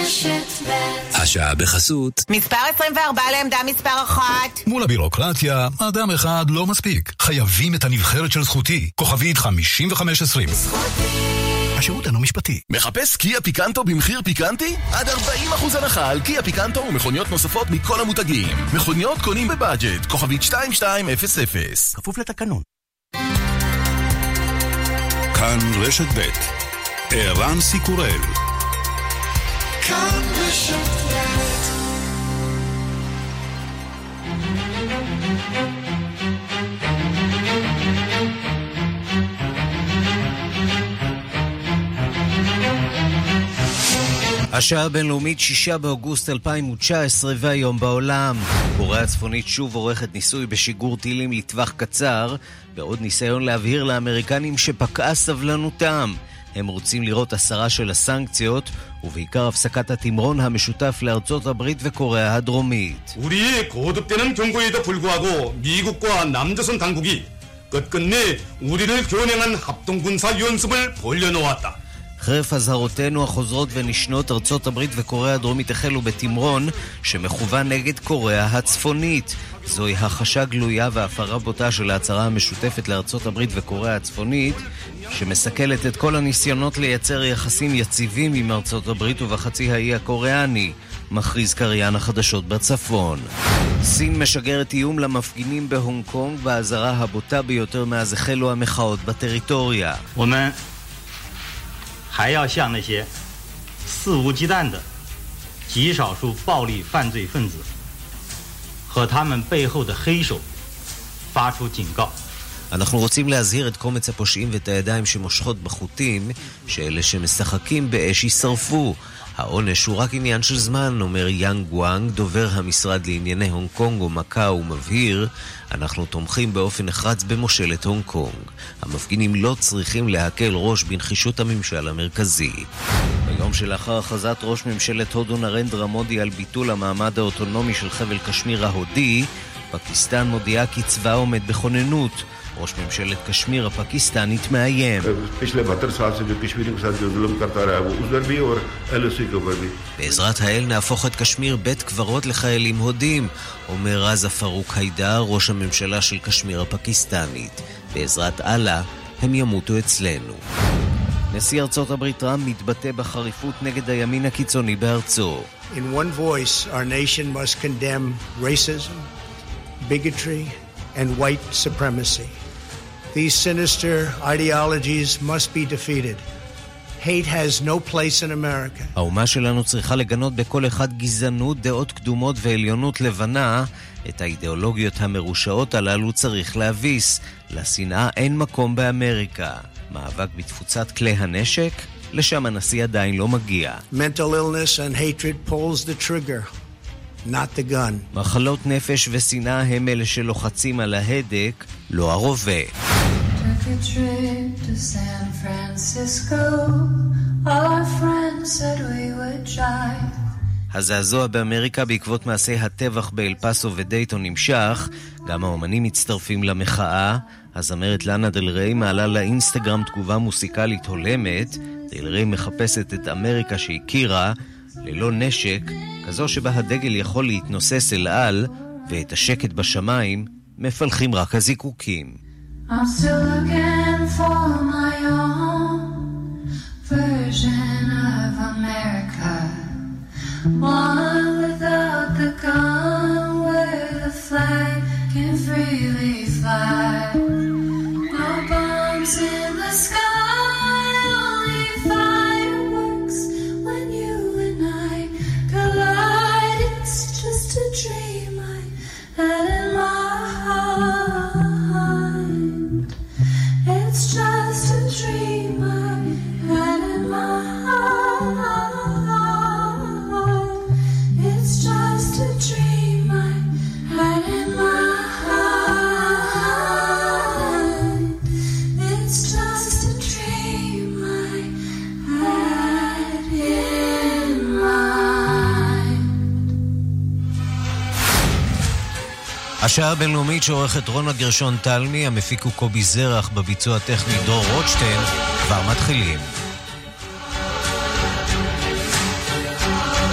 השעה בחסות מספר 24 לעמדה מספר 1. מול הבירוקרטיה, אדם אחד לא מספיק. חייבים את הנבחרת של זכותי. כוכבית 5520. השירות אינו משפטי. מחפש קיה פיקנטו במחיר פיקנטי? עד 40% הנחה על קיה פיקנטו ומכוניות נוספות מכל המותגים. מכוניות קונים בבאג'ט. כוכבית 2200. כפוף לתקנון. כאן רשת ב' ערן סיקורל. כאן רשת ב'. השעה הבינלאומית 6 באוגוסט 2019 והיום בעולם. קוריאה הצפונית שוב עורכת ניסוי בשיגור טילים לטווח קצר, בעוד ניסיון להבהיר לאמריקנים שפקעה סבלנותם. הם רוצים לראות הסרה של הסנקציות, ובעיקר הפסקת התמרון המשותף לארצות הברית וקוריאה הדרומית. 우리의 거듭되는 경고에도 불구하고 미국과 남조선 당국이 끝끝내 우리를 겨냥한 합동군사 연습을 벌려놓았다. חרף הזהרותינו החוזרות ונשנות, ארצות הברית וקוריאה הדרומית החלו בתמרון שמכוון נגד קוריאה הצפונית. זוהי החשה גלויה והפרה בוטה של ההצהרה המשותפת לארצות הברית וקוריאה הצפונית, שמסכלת את כל הניסיונות לייצר יחסים יציבים עם ארצות הברית ובחצי האי הקוריאני, מכריז קריין החדשות בצפון. סין משגרת איום למפגינים בהונג קונג בהזרה הבוטה ביותר מאז החלו המחאות בטריטוריה. 还要向那些肆无忌惮的极少数暴力犯罪分子和他们背后的黑手发出警告. אנחנו רוצים להזהיר את קומץ הפושעים ואת הידיים שמושכות בחוטים, שאלה שמשחקים באש יישרפו. העונש הוא רק עניין של זמן, אומר יאנג וואנג, דובר המשרד לענייני הונג קונג ומקאו, מבהיר, אנחנו תומכים באופן נחרץ במושלת הונג קונג. המפגינים לא צריכים להקל ראש בנחישות הממשל המרכזי. ביום שלאחר הכרזת ראש ממשלת הודו נרנדרה מודי על ביטול המעמד האוטונומי של חבל קשמיר ההודי, פקיסטן מודיעה כי צבאה עומד בכוננות. ראש ממשלת קשמיר הפקיסטנית מאיים. בעזרת האל נהפוך את קשמיר בית קברות לחיילים הודים, אומר רזה פרוק היידר, ראש הממשלה של קשמיר הפקיסטנית. בעזרת אללה הם ימותו אצלנו. נשיא ארצות הברית טראמפ מתבטא בחריפות נגד הימין הקיצוני בארצו. In one voice, our nation must condemn racism, bigotry, and white supremacy. These sinister ideologies must be defeated. Hate has no place in America. האומה שלנו צריכה לגנות בכל אחד גזענות, דעות קדומות ועליונות לבנה. את האידיאולוגיות המרושעות הללו צריך להביס. לשנאה אין מקום באמריקה. מאבק בתפוצת כלי הנשק? לשם הנשיא עדיין לא מגיע. Mental illness and hatred pulls the trigger, not the gun. מחלות נפש ושנאה הם אלה שלוחצים על ההדק, לא הרובה. Took a trip to San Francisco. Our friends said we would drive. הזעזוע באמריקה בעקבות מעשי הטבח באל פאסו ודייטון נמשך. גם האומנים מצטרפים למחאה. הזמרת לאנה דל ריי מעלה לאינסטגרם תגובה מוסיקלית הולמת. דל ריי מחפשת את אמריקה שהכירה ללא נשק, כזו שבה הדגל יכול להתנוסס אל על, ואת השקט בשמיים מפלחים רק הזיקוקים. I'm still looking for my own version of America, one without the gun, where the flag can freely fly. No bombs in the sky, only fireworks when you and I collide. It's just a dream I had in my heart. It's just a dream I had in my heart. It's just a dream I had in my heart. It's just a dream I had in my. השעה הבינלאומית שעורכת רונה גרשון תלמי, המפיקו קובי זרח, בביצוע הטכני דור רוטשטיין, כבר מתחילים.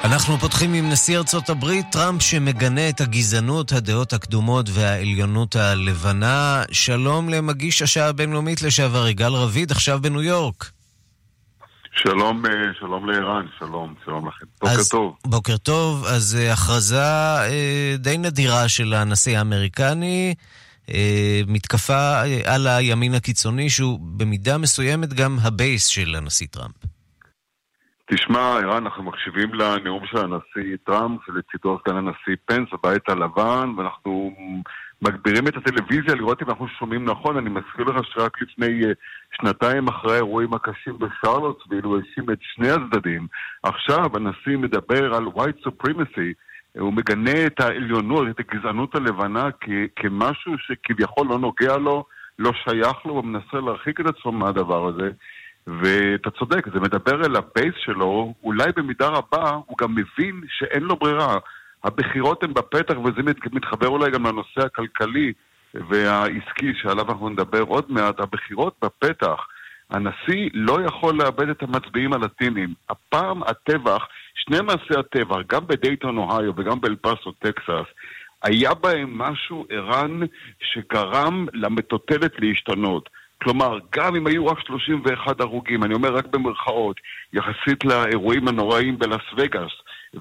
אנחנו פותחים עם נשיא ארצות הברית, טראמפ שמגנה את הגזענות, הדעות הקדומות והעליונות הלבנה. שלום למגיש השעה הבינלאומית לשעבר יגאל רביד, עכשיו בניו יורק. שלום, שלום לאיראן, שלום לכם. בוקר טוב. בוקר טוב, אז הכרזה די נדירה של הנשיא האמריקני, מתקפה על הימין הקיצוני, שהוא במידה מסוימת גם הבייס של הנשיא טראמפ. תשמע, איראן, אנחנו מקשיבים לנאום של הנשיא טראמפ, ולצידו סגן הנשיא פנס, הבית הלבן, ואנחנו מגבירים את הטלוויזיה לראות אם אנחנו שומעים נכון. אני מזכיר לך שרק לפני שנתיים אחרי האירועים הקשים בשרלוטסוויל, הוא האשים את שני הצדדים. עכשיו הנשיא מדבר על white supremacy, הוא מגנה את העליונות, את הגזענות הלבנה כמשהו שכביכול לא נוגע לו, לא שייך לו, הוא מנסה להרחיק את עצמו מהדבר הזה. ואתה צודק, זה מדבר אל הבייס שלו, אולי במידה רבה הוא גם מבין שאין לו ברירה. הבחירות הן בפתח, וזה מתחבר אולי גם לנושא הכלכלי והעסקי שעליו אנחנו נדבר עוד מעט. הבחירות בפתח, הנשיא לא יכול לאבד את המצביעים הלטינים. הפעם הטבח, שני מעשי הטבח, גם בדייטון אוהיו וגם באלפסו טקסס, היה בהם משהו איראן שגרם למטוטלת להשתנות. כלומר, גם אם היו רק 31 הרוגים, אני אומר רק במרכאות, יחסית לאירועים הנוראים בלאס וגאס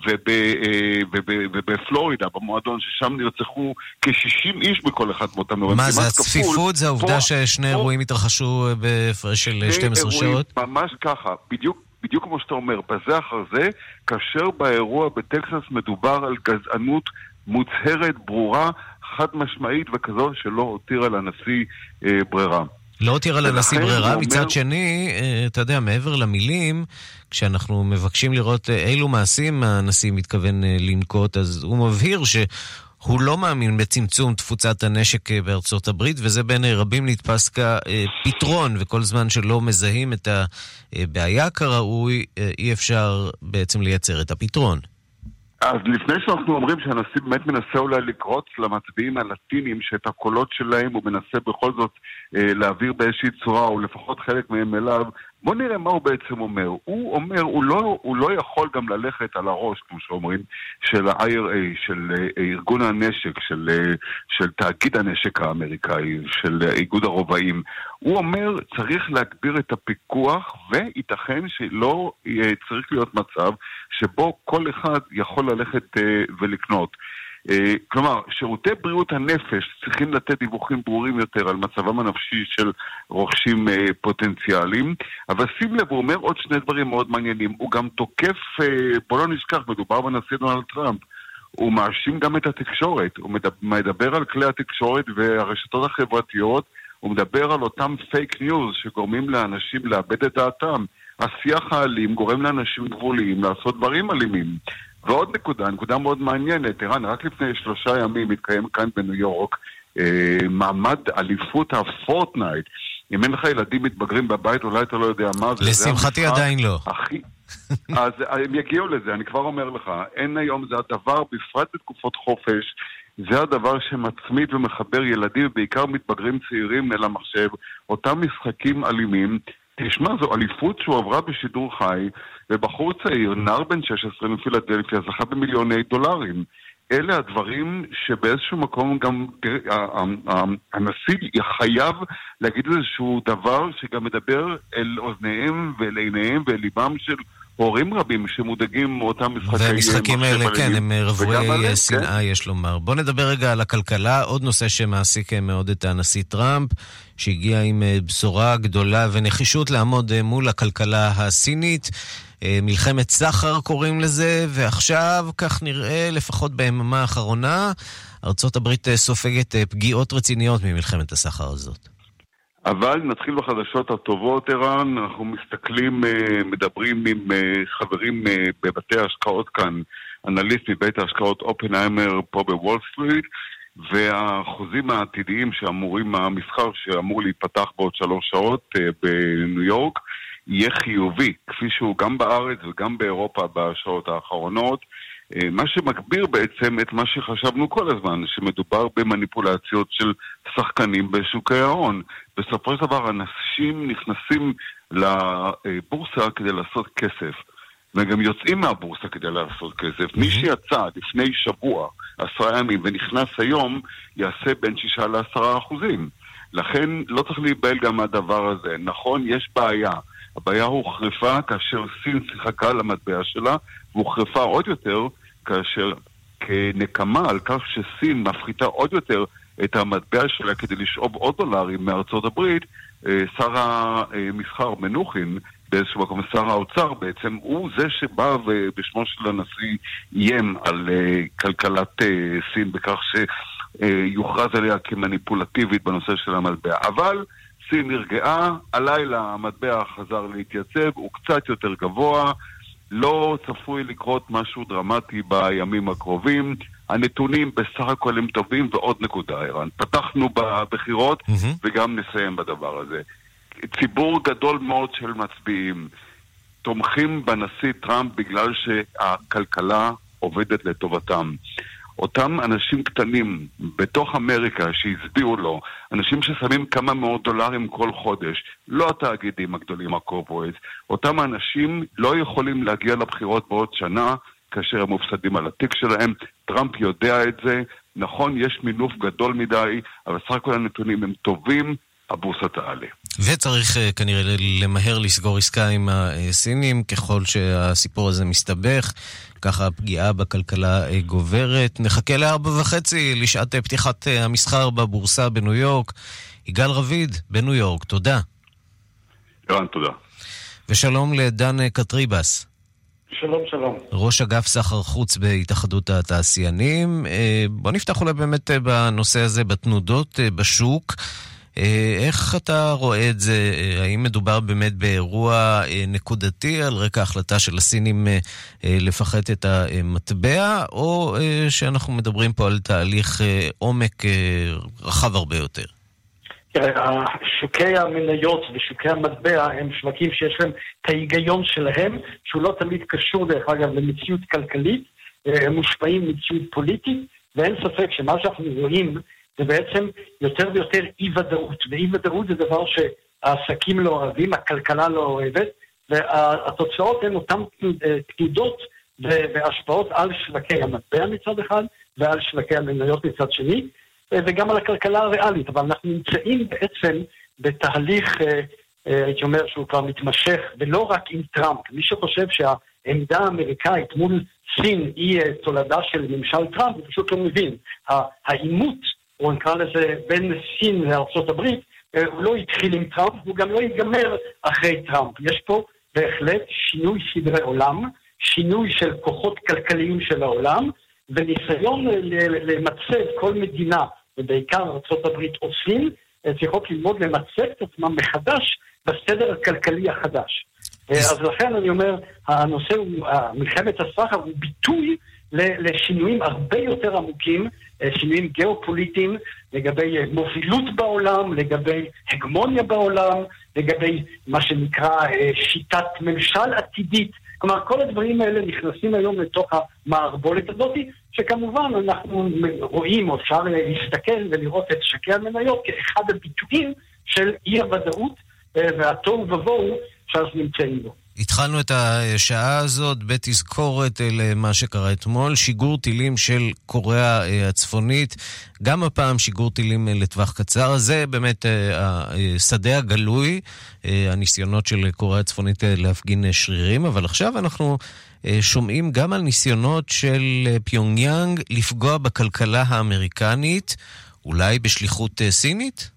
ובפלורידה, במועדון ששם נרצחו כ-60 איש בכל אחד מאותם אירועים. מה, זה הצפיפות? זה העובדה ששני אירועים התרחשו בהפרש של 12 שעות? ממש ככה, בדיוק כמו שאתה אומר, בזה אחר זה, כאשר באירוע בטקסס מדובר על גזענות מוצהרת, ברורה, חד משמעית וכזו שלא הותירה לנשיא ברירה. לא הותירה לנשיא ברירה, מצד שני, אתה יודע, מעבר למילים, כשאנחנו מבקשים לראות אילו מעשים הנשיא מתכוון לנקוט, אז הוא מבהיר שהוא לא מאמין בצמצום תפוצת הנשק בארצות הברית, וזה בין רבים נתפס כפתרון, וכל זמן שלא מזהים את הבעיה כראוי, אי אפשר בעצם לייצר את הפתרון. אז לפני שאנחנו אומרים שהנשיא באמת מנסה אולי לקרוץ למצביעים הלטינים שאת הקולות שלהם הוא מנסה בכל זאת להעביר באיזושהי צורה או לפחות חלק מהם אליו, בוא נראה מה הוא בעצם אומר. הוא אומר, הוא לא יכול גם ללכת על הראש, כמו שאומרים, של ה-IRA, של ארגון הנשק, של תאגיד הנשק האמריקאי, של איגוד הרובעים. הוא אומר, צריך להגביר את הפיקוח, וייתכן שלא צריך להיות מצב שבו כל אחד יכול ללכת ולקנות. כלומר, שירותי בריאות הנפש צריכים לתת דיווחים ברורים יותר על מצבם הנפשי של רוכשים פוטנציאליים, אבל שים לב, הוא אומר עוד שני דברים מאוד מעניינים. הוא גם תוקף, בוא לא נשכח, מדובר בנשיא דונלד טראמפ, הוא מאשים גם את התקשורת, הוא מדבר על כלי התקשורת והרשתות החברתיות, הוא מדבר על אותם פייק ניוז שגורמים לאנשים לאבד את דעתם. השיח האלים גורם לאנשים גבוליים לעשות דברים אלימים. ועוד נקודה מאוד מעניינת, איראן, רק לפני 3 ימים התקיים כאן בניו יורק מעמד אליפות הפורטנייט. אם אין לך ילדים מתבגרים בבית, אולי אתה לא יודע מה זה. לשמחתי עדיין לא. אז הם יגיעו לזה, אני כבר אומר לך, אין היום, זה הדבר, בפרט בתקופות חופש, זה הדבר שמצמיד ומחבר ילדים, בעיקר מתבגרים צעירים אל המחשב, אותם משחקים אלימים. תשמע, זו אליפות שהועברה בשידור חי, ובחור צעיר, נער בן 16 מפילדלפיה, זכה במיליוני דולרים. אלה הדברים שבאיזשהו מקום גם הנשיא חייב להגיד איזשהו דבר שגם מדבר אל אוזניהם ואל עיניהם ואל ליבם של הורים רבים שמודאגים מאותם משחקי... והמשחקים האלה, כן, הם רבויי שנאה, יש לומר. בוא נדבר רגע על הכלכלה, עוד נושא שמעסיק מאוד את הנשיא טראמפ, שהגיע עם בשורה גדולה ונחישות לעמוד מול הכלכלה הסינית. מלחמת סחר קוראים לזה, ועכשיו, כך נראה, לפחות ביממה האחרונה, ארצות הברית סופגת פגיעות רציניות ממלחמת הסחר הזאת. אבל נתחיל בחדשות הטובות, איראן. אנחנו מסתכלים, מדברים עם חברים בבתי ההשקעות כאן, אנליסט מבית ההשקעות אופנהיימר פה בוול סטריט, והחוזים העתידיים שאמורים, המסחר שאמור להיפתח בעוד 3 שעות בניו יורק, יהיה חיובי, כפי שהוא גם בארץ וגם באירופה בשעות האחרונות, מה שמגביר בעצם את מה שחשבנו כל הזמן, שמדובר במניפולציות של שחקנים בשוקי ההון. בסופו של דבר אנשים נכנסים לבורסה כדי לעשות כסף. וגם יוצאים מהבורסה כדי לעשות כסף. מי שיצא לפני שבוע, 10 ימים, ונכנס היום, יעשה בין 6-10%. לכן לא צריך להיבהל גם מהדבר הזה. נכון, יש בעיה. הבעיה הוחרפה כאשר סין שיחקה למטבע שלה, והוחרפה עוד יותר כאשר כנקמה על כך שסין מפחיתה עוד יותר את המטבע שלה כדי לשאוב עוד דולרים מארצות הברית, שר המסחר מנוחין, באיזשהו מקום, שר האוצר בעצם, הוא זה שבא ובשמו של הנשיא איים על כלכלת סין בכך שיוכרז עליה כמניפולטיבית בנושא של המטבע. אבל סין נרגעה, הלילה המטבע חזר להתייצב, הוא קצת יותר גבוה, לא צפוי לקרות משהו דרמטי בימים הקרובים, הנתונים בסך הכל הם טובים, ועוד נקודה, אירן. פתחנו בבחירות וגם נסיים בדבר הזה. ציבור גדול מאוד של מצביעים תומכים בנשיא טראמפ בגלל שהכלכלה עובדת לטובתם. אותם אנשים קטנים בתוך אמריקה שהצביעו לו, אנשים ששמים כמה מאות דולרים כל חודש, לא התאגידים הגדולים, הקורפורייט, אותם אנשים לא יכולים להגיע לבחירות בעוד שנה כאשר הם מופסדים על התיק שלהם. טראמפ יודע את זה. נכון, יש מינוף גדול מדי, אבל סך הכל הנתונים הם טובים, הבורסה תעלה. וצריך כנראה למהר לסגור עסקה עם הסינים, ככל שהסיפור הזה מסתבך, ככה הפגיעה בכלכלה גוברת. נחכה ל4:30 לשעת פתיחת המסחר בבורסה בניו יורק. יגאל רביד בניו יורק, תודה. אירן, תודה. ושלום לדן קטריבס. שלום, שלום. ראש אגף סחר חוץ בהתאחדות התעשיינים. בוא נפתח אולי באמת בנושא הזה, בתנודות בשוק. איך אתה רואה את זה? האם מדובר באמת באירוע נקודתי על רקע ההחלטה של הסינים לפחת את המטבע, או שאנחנו מדברים פה על תהליך עומק רחב הרבה יותר? שוקי המניות ושוקי המטבע הם שווקים שיש להם את ההיגיון שלהם, שהוא לא תמיד קשור דרך אגב למציאות כלכלית, הם מושפעים ממציאות פוליטית, ואין ספק שמה שאנחנו רואים זה בעצם יותר ויותר אי-ודאות, ואי-ודאות זה דבר שהעסקים לא אוהבים, הכלכלה לא אוהבת, והתוצאות הן אותן תנודות והשפעות על שווקי המטבע מצד אחד, ועל שווקי המניות מצד שני, וגם על הכלכלה הריאלית. אבל אנחנו נמצאים בעצם בתהליך, הייתי אומר שהוא כבר מתמשך, ולא רק עם טראמפ. מי שחושב שהעמדה האמריקאית מול סין היא תולדה של ממשל טראמפ, הוא פשוט לא מבין. העימות, או נקרא לזה בין סין לארצות הברית, הוא לא התחיל עם טראמפ, הוא גם לא ייגמר אחרי טראמפ. יש פה בהחלט שינוי סדרי עולם, שינוי של כוחות כלכליים של העולם, וניסיון למצב כל מדינה, ובעיקר ארצות הברית או סין, צריכות ללמוד למצב את עצמם מחדש בסדר הכלכלי החדש. אז לכן אני אומר, הנושא הוא, מלחמת הסחר הוא ביטוי לשינויים הרבה יותר עמוקים, שינויים גיאופוליטיים, לגבי מובילות בעולם, לגבי הגמוניה בעולם, לגבי מה שנקרא שיטת ממשל עתידית. כלומר, כל הדברים האלה נכנסים היום לתוך המערבולת הזאת, שכמובן אנחנו רואים, או אפשר להסתכל ולראות את שקי המניות כאחד הביטויים של אי הוודאות והתוהו ובוהו שאנחנו נמצאים בו. התחלנו את השעה הזאת בתזכורת למה שקרה אתמול, שיגור טילים של קוריאה הצפונית, גם הפעם שיגור טילים לטווח קצר. זה באמת השדה הגלוי, הניסיונות של קוריאה הצפונית להפגין שרירים, אבל עכשיו אנחנו שומעים גם על ניסיונות של פיונגיאנג לפגוע בכלכלה האמריקנית, אולי בשליחות סינית?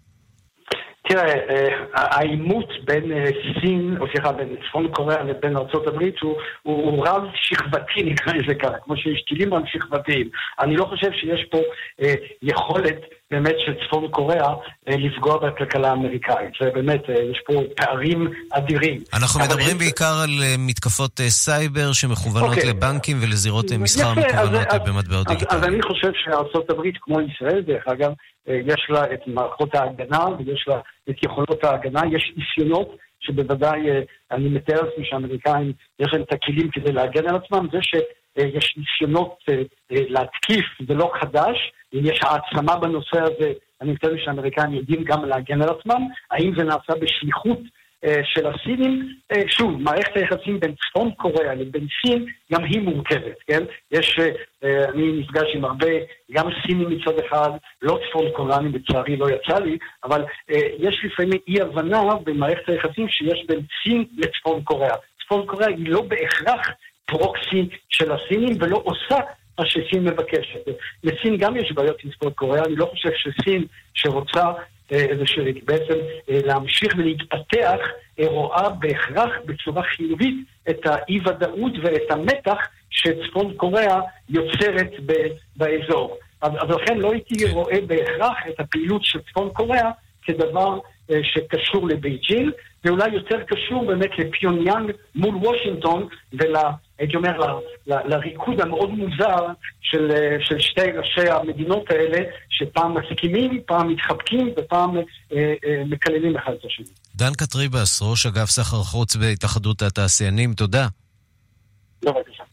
תראה, העימות בין סין, או סליחה, בין צפון קוריאה לבין ארצות הברית הוא רב שכבתי, נקרא לזה ככה, כמו שיש טילים רב שכבתיים. אני לא חושב שיש פה יכולת באמת של צפון קוריאה לפגוע בכלכלה האמריקאית. זה באמת, יש פה פערים אדירים. אנחנו מדברים בעיקר על מתקפות סייבר שמכוונות לבנקים ולזירות מסחר מכוונות במטבעות דיגיטליים. אז אני חושב שארצות הברית, כמו ישראל, דרך אגב, יש לה את מערכות ההגנה ויש לה את יכולות ההגנה. יש ניסיונות שבוודאי אני מתאר לעצמי שהאמריקאים יש להם את הכלים כדי להגן על עצמם. זה שיש ניסיונות להתקיף זה לא חדש. אם יש העצמה בנושא הזה, אני מתאר לי שהאמריקאים יודעים גם להגן על עצמם. האם זה נעשה בשליחות של הסינים. שוב, מערכת היחסים בין צפון קוריאה לבין סין, גם היא מורכבת, כן? אני נפגש עם הרבה, גם סינים מצד אחד, לא צפון קוריאנים, בצערי לא יצא לי, אבל יש לפעמים אי הבנה במערכת היחסים שיש בין סין לצפון קוריאה. צפון קוריאה היא לא בהכרח פרוקסי של הסינים, ולא עושה מה שסין מבקשת. לסין גם יש בעיות עם צפון קוריאה, אני לא חושב שסין שרוצה בעצם להמשיך ולהתפתח, רואה בהכרח בצורה חיובית את האי-ודאות ואת המתח שצפון קוריאה יוצרת באזור. אז לכן לא הייתי רואה בהכרח את הפעילות של צפון קוריאה כדבר שקשור לבייג'ינג, ואולי יותר קשור באמת לפיוניאנג מול וושינגטון, הייתי אומר, לריקוד המאוד מוזר של שתי ראשי המדינות האלה, שפעם מסכימים, פעם מתחבקים ופעם מקללים אחד את השני. דן קטריבס, ראש אגף סחר חוץ בהתאחדות התעשיינים, תודה. לא, בבקשה.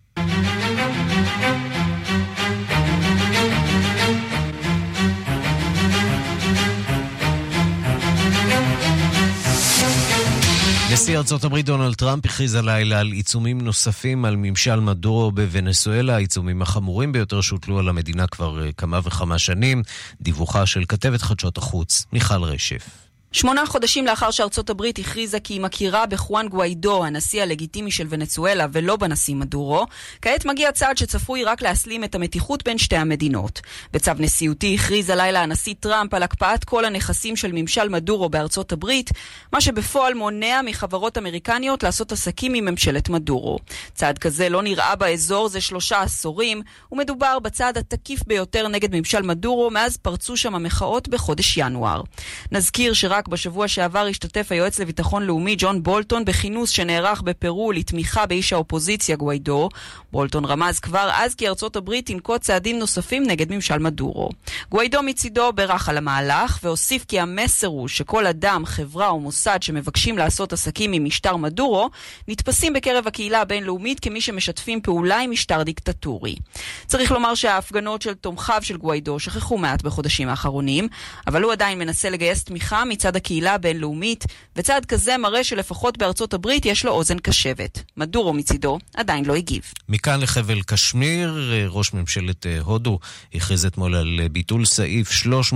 נשיא ארצות הברית דונלד טראמפ הכריז הלילה על עיצומים נוספים על ממשל מדורו בוונצואלה, העיצומים החמורים ביותר שהוטלו על המדינה כבר כמה וכמה שנים. דיווחה של כתבת חדשות החוץ, מיכל רשף. 8 חודשים לאחר שארצות הברית הכריזה כי היא מכירה בחואן גואידו, הנשיא הלגיטימי של ונצואלה, ולא בנשיא מדורו, כעת מגיע צעד שצפוי רק להסלים את המתיחות בין שתי המדינות. בצו נשיאותי הכריז הלילה הנשיא טראמפ על הקפאת כל הנכסים של ממשל מדורו בארצות הברית, מה שבפועל מונע מחברות אמריקניות לעשות עסקים עם ממשלת מדורו. צעד כזה לא נראה באזור זה 3 עשורים, ומדובר בצעד התקיף ביותר נגד ממשל מדורו מאז פרצו שם המחאות בחודש ינואר. נזכיר שרק בשבוע שעבר השתתף היועץ לביטחון לאומי ג'ון בולטון בכינוס שנערך בפרו לתמיכה באיש האופוזיציה גואידו. בולטון רמז כבר אז כי ארצות הברית תנקוט צעדים נוספים נגד ממשל מדורו. גואידו מצידו ברח על המהלך והוסיף כי המסר הוא שכל אדם, חברה או מוסד שמבקשים לעשות עסקים עם משטר מדורו נתפסים בקרב הקהילה הבינלאומית כמי שמשתפים פעולה עם משטר דיקטטורי. צריך לומר שההפגנות של תומכיו של גואידו שכחו מעט בחודשים האחרונים, אבל הוא עדיין מנסה לגייס תמיכה מצד הקהילה הבינלאומית, וצעד כזה מראה שלפחות בארצות הברית יש לו אוזן קשבת. מדורו מצידו עדיין לא הגיב. מכאן לחבל קשמיר, ראש ממשלת הודו הכריז אתמול על ביטול סעיף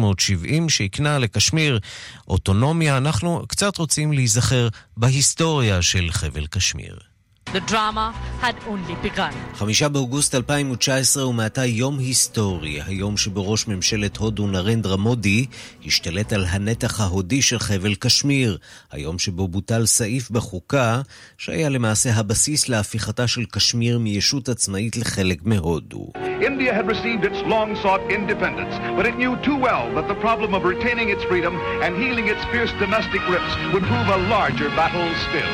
370 שהקנה לקשמיר אוטונומיה. אנחנו קצת רוצים להיזכר בהיסטוריה של חבל קשמיר. The drama had only begun. 5 באוגוסט 2019 ומעתה יום היסטורי, היום שבו ראש ממשלת הודו נרנדרה מודי השתלט על הנתח ההודי של חבל קשמיר, היום שבו בוטל סעיף בחוקה שהיה למעשה הבסיס להפיכתה של קשמיר מישות עצמאית לחלק מהודו. India had received its long-sought independence, but it knew too well that the problem of retaining its freedom and healing its fierce domestic rifts would prove a larger battle still.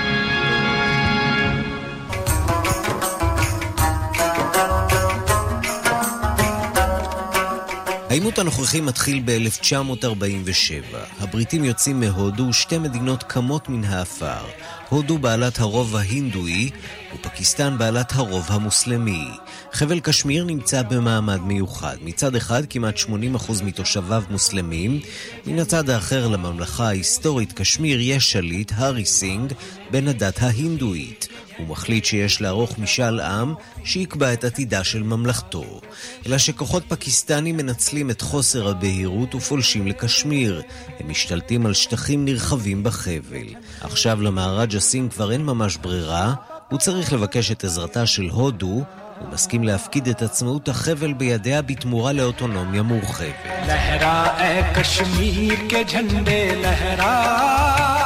העימות הנוכחי מתחיל ב-1947. הבריטים יוצאים מהודו, 2 מדינות קמות מן האפר. הודו בעלת הרוב ההינדואי ופקיסטן בעלת הרוב המוסלמי. חבל קשמיר נמצא במעמד מיוחד. מצד אחד כמעט 80% מתושביו מוסלמים, מן הצד האחר לממלכה ההיסטורית קשמיר יש שליט, הארי סינג, בן הדת ההינדואית. הוא מחליט שיש לערוך משאל עם שיקבע את עתידה של ממלכתו. אלא שכוחות פקיסטנים מנצלים את חוסר הבהירות ופולשים לקשמיר. הם משתלטים על שטחים נרחבים בחבל. עכשיו למהרג'ה סינג כבר אין ממש ברירה, הוא צריך לבקש את עזרתה של הודו, הוא מסכים להפקיד את עצמאות החבל בידיה בתמורה לאוטונומיה מורחבת. להרה קשמיר כז'נדה להרה.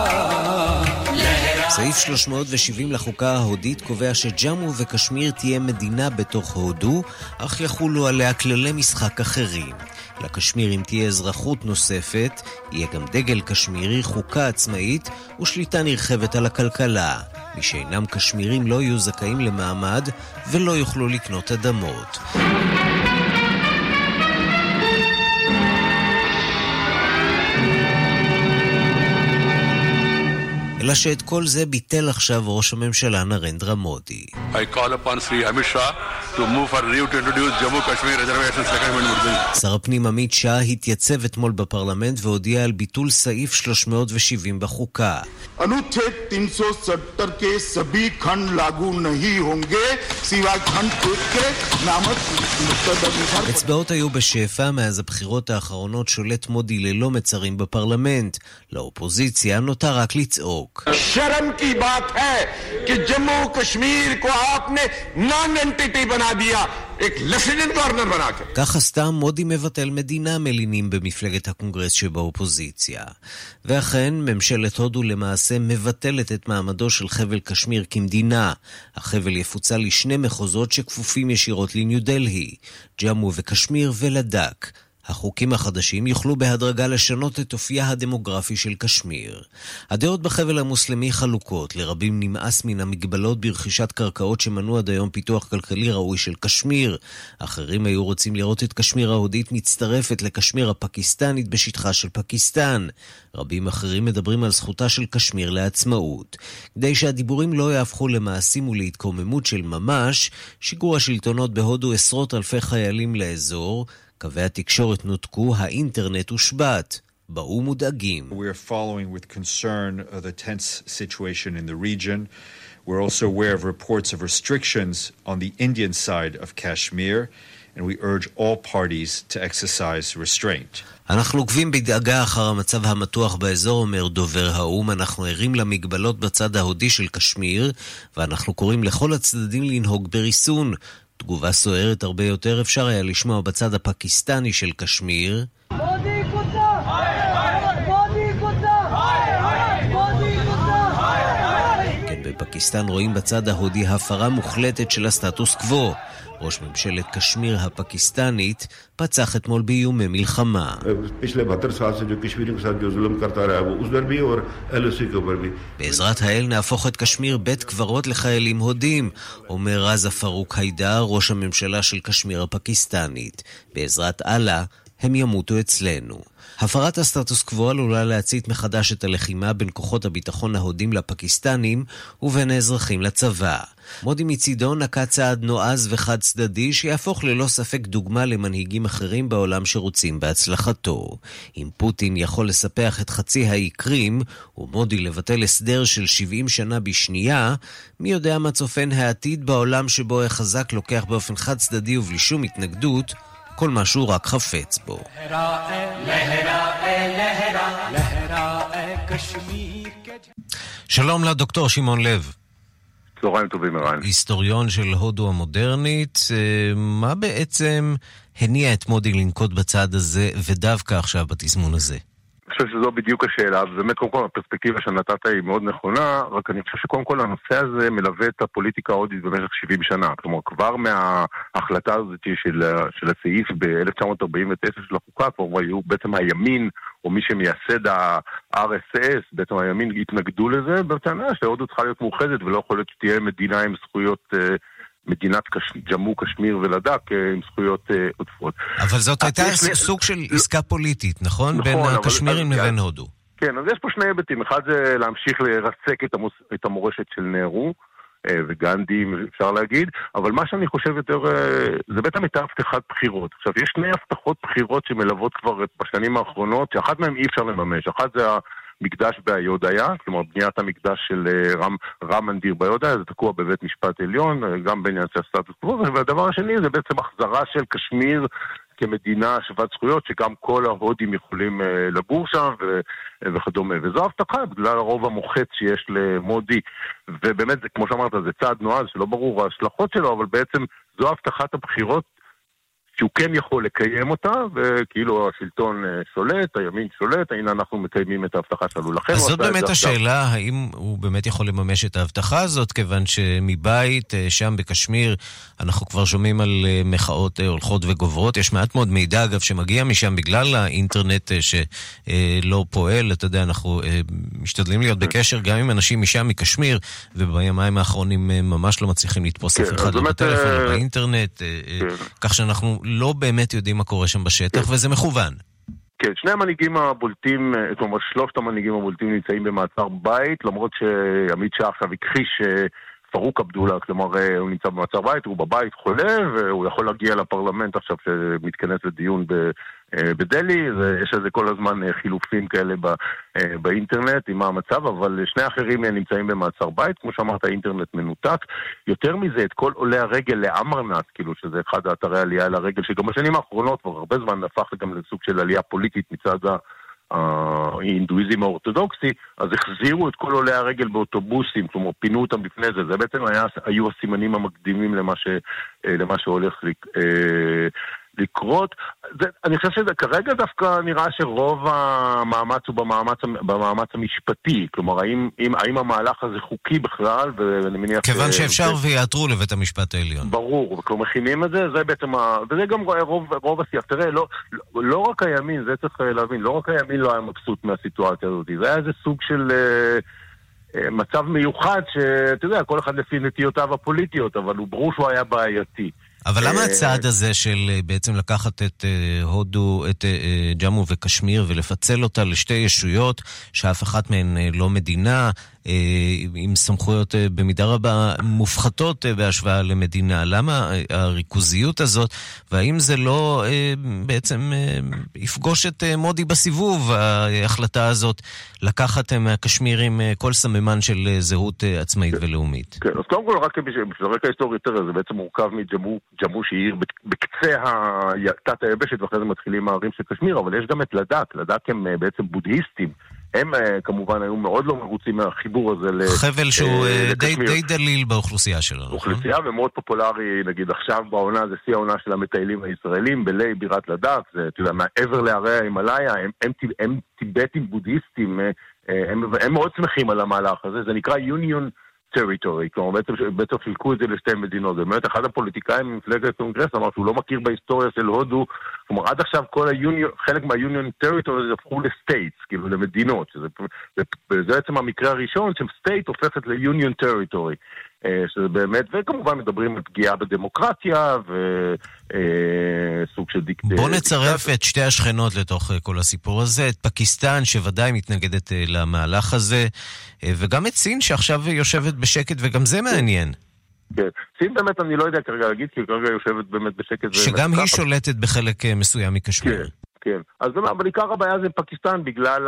סעיף 370 לחוקה ההודית קובע שג'אמו וקשמיר תהיה מדינה בתוך הודו, אך יחולו עליה כללי משחק אחרים. לקשמירים תהיה אזרחות נוספת, יהיה גם דגל קשמירי, חוקה עצמאית ושליטה נרחבת על הכלכלה. מי שאינם קשמירים לא יהיו זכאים למעמד ולא יוכלו לקנות אדמות. אלא שאת כל זה ביטל עכשיו ראש הממשלה נרנדרה מודי. I call upon Sri Amit Shah to move for review to introduce Jammu Kashmir Reservation Second Amendment Bill. שר הפנים עמית שאה התייצב אתמול בפרלמנט והודיע על ביטול סעיף 370 בחוקה. अनुच्छेद 370 के सभी खंड लागू नहीं होंगे सिवाय खंड 1 के नामक मुस्तदर. אצבעות היו בשפע. מאז הבחירות האחרונות שולט מודי ללא מצרים בפרלמנט. לאופוזיציה נותר רק לצעוק. शर्म की बात है कि जम्मू कश्मीर को आपने नॉन एंटिटी बना दिया, एक लेफ्टिनेंट गवर्नर बना के. ככה סתם מודי מבטל מדינה, מלינים במפלגת הקונגרס שבאופוזיציה. ואכן, ממשלת הודו למעשה מבטלת את מעמדו של חבל קשמיר כמדינה. החבל יפוצל לשני מחוזות שכפופים ישירות לניו דלהי, ג'מו וקשמיר ולדק. החוקים החדשים יוכלו בהדרגה לשנות את אופייה הדמוגרפי של קשמיר. הדעות בחבל המוסלמי חלוקות. לרבים נמאס מן המגבלות ברכישת קרקעות שמנעו עד היום פיתוח כלכלי ראוי של קשמיר. אחרים היו רוצים לראות את קשמיר ההודית מצטרפת לקשמיר הפקיסטנית בשטחה של פקיסטן. רבים אחרים מדברים על זכותה של קשמיר לעצמאות. כדי שהדיבורים לא יהפכו למעשים ולהתקוממות של ממש, שיגרו השלטונות בהודו עשרות אלפי חיילים לאזור. קווי התקשורת נותקו, האינטרנט הושבת. באו מודאגים. We are following with concern the tense situation in the region. We're also aware of reports of restrictions on the Indian side of Kashmir, and we urge all parties to exercise restraint. אנחנו עוקבים בדאגה אחר המצב המתוח באזור, אומר דובר האום. אנחנו ערים למגבלות בצד ההודי של קשמיר, ואנחנו קוראים לכל הצדדים לנהוג בריסון. תגובה סוערת הרבה יותר אפשר היה לשמוע בצד הפקיסטני של קשמיר. כן, בפקיסטן רואים בצד ההודי הפרה מוחלטת של הסטטוס קוו. ראש ממשלת קשמיר הפקיסטנית פצח אתמול באיומי מלחמה. בעזרת האל נהפוך את קשמיר בית קברות לחיילים הודים, אומר רזה פרוק היידר, ראש הממשלה של קשמיר הפקיסטנית. בעזרת אללה הם ימותו אצלנו. הפרת הסטטוס קוו עלולה להצית מחדש את הלחימה בין כוחות הביטחון ההודים לפקיסטנים ובין האזרחים לצבא. מודי מצידו נקט צעד נועז וחד צדדי שיהפוך ללא ספק דוגמה למנהיגים אחרים בעולם שרוצים בהצלחתו. אם פוטין יכול לספח את חצי האי קרים ומודי לבטל הסדר של 70 שנה בשנייה, מי יודע מה צופן העתיד בעולם שבו החזק לוקח באופן חד צדדי ובלי שום התנגדות כל משהו רק חפץ בו. שלום לדוקטור שמעון לב. צהריים טובים, ערן. היסטוריון של הודו המודרנית. מה בעצם הניע את מודי לנקוט בצעד הזה ודווקא עכשיו בתזמון הזה? אני חושב שזו בדיוק השאלה, ובאמת קודם כל הפרספקטיבה שנתת היא מאוד נכונה, רק אני חושב שקודם כל הנושא הזה מלווה את הפוליטיקה ההודית במשך 70 שנה. כלומר, כבר מההחלטה הזאת של הסעיף ב-1949 של החוקה, כבר היו בעצם הימין, או מי שמייסד ה-RSS, בעצם הימין התנגדו לזה, בטענה שהודו צריכה להיות מאוחדת, ולא יכול להיות שתהיה מדינה עם זכויות מדינת ג'מו, קשמיר ולדק עם זכויות עודפות. אבל זאת הייתה סוג של עסקה פוליטית, נכון? בין הקשמירים לבין הודו. כן, אז יש פה שני היבטים. אחד זה להמשיך לרסק את המורשת של נהרו וגנדי, אפשר להגיד, אבל מה שאני חושב יותר, זה בעצם הייתה הבטחת בחירות. עכשיו, יש שני הבטחות בחירות שמלוות כבר בשנים האחרונות, שאחת מהן אי אפשר לממש. אחת זה מקדש ביודעיה, כלומר בניית המקדש של רם מנדיר ביודעיה, זה תקוע בבית משפט עליון, גם בעניין של הסטטוס קוו, והדבר השני זה בעצם החזרה של קשמיר כמדינה שוות זכויות, שגם כל ההודים יכולים לגור שם וכדומה. וזו הבטחה בגלל הרוב המוחץ שיש למודי, ובאמת, כמו שאמרת, זה צעד נועז שלא ברור ההשלכות שלו, אבל בעצם זו הבטחת הבחירות שהוא כן יכול לקיים אותה, וכאילו השלטון שולט, הימין שולט, הנה אנחנו מקיימים את ההבטחה שלנו. אז זאת באמת השאלה, האם הוא באמת יכול לממש את ההבטחה הזאת, כיוון שמבית שם בקשמיר, אנחנו כבר שומעים על מחאות הולכות וגוברות, יש מעט מאוד מידע אגב שמגיע משם בגלל האינטרנט שלא פועל, אתה יודע, אנחנו משתדלים להיות בקשר גם עם אנשים משם מקשמיר, ובימיים האחרונים ממש לא מצליחים לתפוס אף אחד בטלפון או באינטרנט, כך שאנחנו לא באמת יודעים מה קורה שם בשטח, וזה מכוון. כן, שני המנהיגים הבולטים, זאת אומרת, שלושת המנהיגים הבולטים נמצאים במעצר בית, למרות שעמית שאה עכשיו הכחיש פרוק עבדולה, כלומר הוא נמצא במעצר בית, הוא בבית חולה, והוא יכול להגיע לפרלמנט עכשיו שמתכנס לדיון בדלי, יש לזה כל הזמן חילופים כאלה באינטרנט עם המצב, אבל שני אחרים נמצאים במעצר בית, כמו שאמרת, האינטרנט מנותק. יותר מזה, את כל עולי הרגל לאמרנס, כאילו שזה אחד האתרי העלייה על הרגל, שגם בשנים האחרונות, כבר הרבה זמן הפך גם לסוג של עלייה פוליטית מצד ההינדואיזם האורתודוקסי, אז החזירו את כל עולי הרגל באוטובוסים, כלומר פינו אותם לפני זה, זה בעצם היו הסימנים המקדימים למה שהולך לקרות. אני חושב שזה כרגע דווקא נראה שרוב המאמץ הוא במאמץ המשפטי, כלומר האם המהלך הזה חוקי בכלל, ואני מניח כיוון שאפשר ויעתרו לבית המשפט העליון. ברור, כלומר מכינים את זה, זה בעצם וזה גם רוב השיח. תראה, לא רק הימין, זה צריך להבין, לא רק הימין לא היה מבסוט מהסיטואציה הזאת, זה היה איזה סוג של מצב מיוחד שאתה יודע, כל אחד לפי נטיותיו הפוליטיות, אבל הוא ברור שהוא היה בעייתי. אבל למה הצעד הזה של בעצם לקחת את הודו, את ג'אמו וקשמיר ולפצל אותה לשתי ישויות שאף אחת מהן לא מדינה, עם סמכויות במידה רבה מופחתות בהשוואה למדינה? למה הריכוזיות הזאת, והאם זה לא בעצם יפגוש את מודי בסיבוב, ההחלטה הזאת לקחת מהקשמירים כל סממן של זהות עצמאית ולאומית? כן, אז קודם כל רק בשביל רקע היסטורי יותר, זה בעצם מורכב מג'מו שהיא עיר בקצה תת היבשת, ואחרי זה מתחילים הערים של קשמיר, אבל יש גם את לדק, לדק הם בעצם בודהיסטים, הם כמובן היו מאוד לא מרוצים מהחיבור הזה חבל שהוא די דליל באוכלוסייה שלנו. אוכלוסייה ומאוד פופולרי, נגיד עכשיו בעונה, זה שיא העונה של המטיילים הישראלים, בלי בירת לדק, זה מעבר להרי ההימאליה, הם טיבטים בודהיסטים, הם מאוד שמחים על המהלך הזה, זה נקרא Union Territory, כלומר בעצם חילקו את זה לשתי מדינות. זה באמת אחד הפוליטיקאים ממפלגת קונגרס אמר שהוא לא מכיר בהיסטוריה של הודו, כלומר עד עכשיו חלק מה-Union Territory הפכו לסטייטס, כאילו למדינות, זה בעצם המקרה הראשון שסטייט הופכת ל-Union Territory, שזה באמת, וכמובן מדברים על פגיעה בדמוקרטיה וסוג של בוא נצרף את שתי השכנות לתוך כל הסיפור הזה, את פקיסטן שוודאי מתנגדת למהלך הזה, וגם את סין שעכשיו יושבת בשקט, וגם זה מעניין. כן, סין באמת אני לא יודע כרגע להגיד, כי כרגע יושבת באמת בשקט. שגם היא שולטת בחלק מסוים מקשמיר. כן, אז אבל עיקר הבעיה זה פקיסטן, בגלל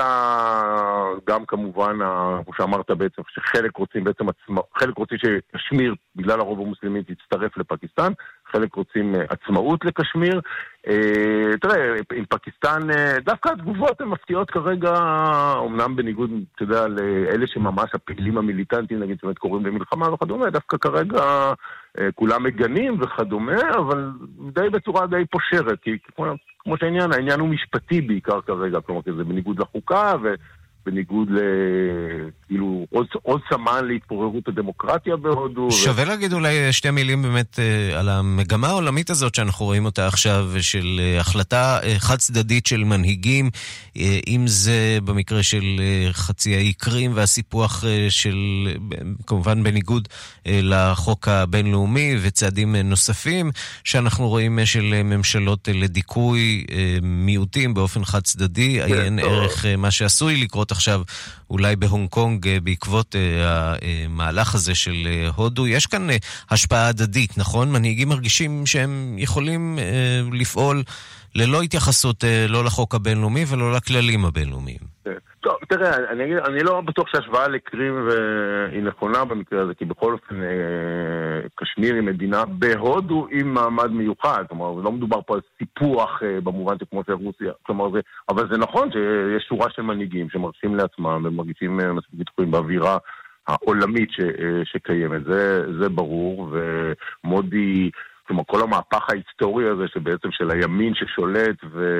גם כמובן, כמו שאמרת בעצם, שחלק רוצים בעצם חלק רוצים שקשמיר, בגלל הרוב המוסלמי, תצטרף לפקיסטן, חלק רוצים עצמאות לקשמיר. תראה, עם פקיסטן, דווקא התגובות הן מפתיעות כרגע, אמנם בניגוד, אתה יודע, לאלה שממש הפעילים המיליטנטיים, נגיד, באמת קוראים למלחמה וכדומה, דווקא כרגע כולם מגנים וכדומה, אבל בצורה די פושרת, כי כמו שהעניין הוא משפטי בעיקר כרגע, כלומר, זה בניגוד לחוקה בניגוד כאילו עוד סמן להתפוררות הדמוקרטיה בהודו. שווה להגיד אולי שתי מילים באמת על המגמה העולמית הזאת שאנחנו רואים אותה עכשיו, של החלטה חד צדדית של מנהיגים, אם זה במקרה של חצי האי קרים והסיפוח של, כמובן בניגוד לחוק הבינלאומי וצעדים נוספים שאנחנו רואים של ממשלות לדיכוי מיעוטים באופן חד צדדי, עיין ערך מה שעשוי לקרות עכשיו אולי בהונג קונג בעקבות המהלך הזה של הודו. יש כאן השפעה הדדית, נכון? מנהיגים מרגישים שהם יכולים לפעול ללא התייחסות לא לחוק הבינלאומי ולא לכללים הבינלאומיים. טוב, תראה, אני לא בטוח שהשוואה לקרים היא נכונה במקרה הזה, כי בכל אופן קשמיר היא מדינה בהודו עם מעמד מיוחד, כלומר, לא מדובר פה על סיפוח במובן כמו של רוסיה, כלומר, אבל זה נכון שיש שורה של מנהיגים שמרשים לעצמם ומרגישים מספיק ביטחויים באווירה העולמית שקיימת, זה ברור, ומודי, כלומר, כל המהפך ההיסטורי הזה שבעצם של הימין ששולט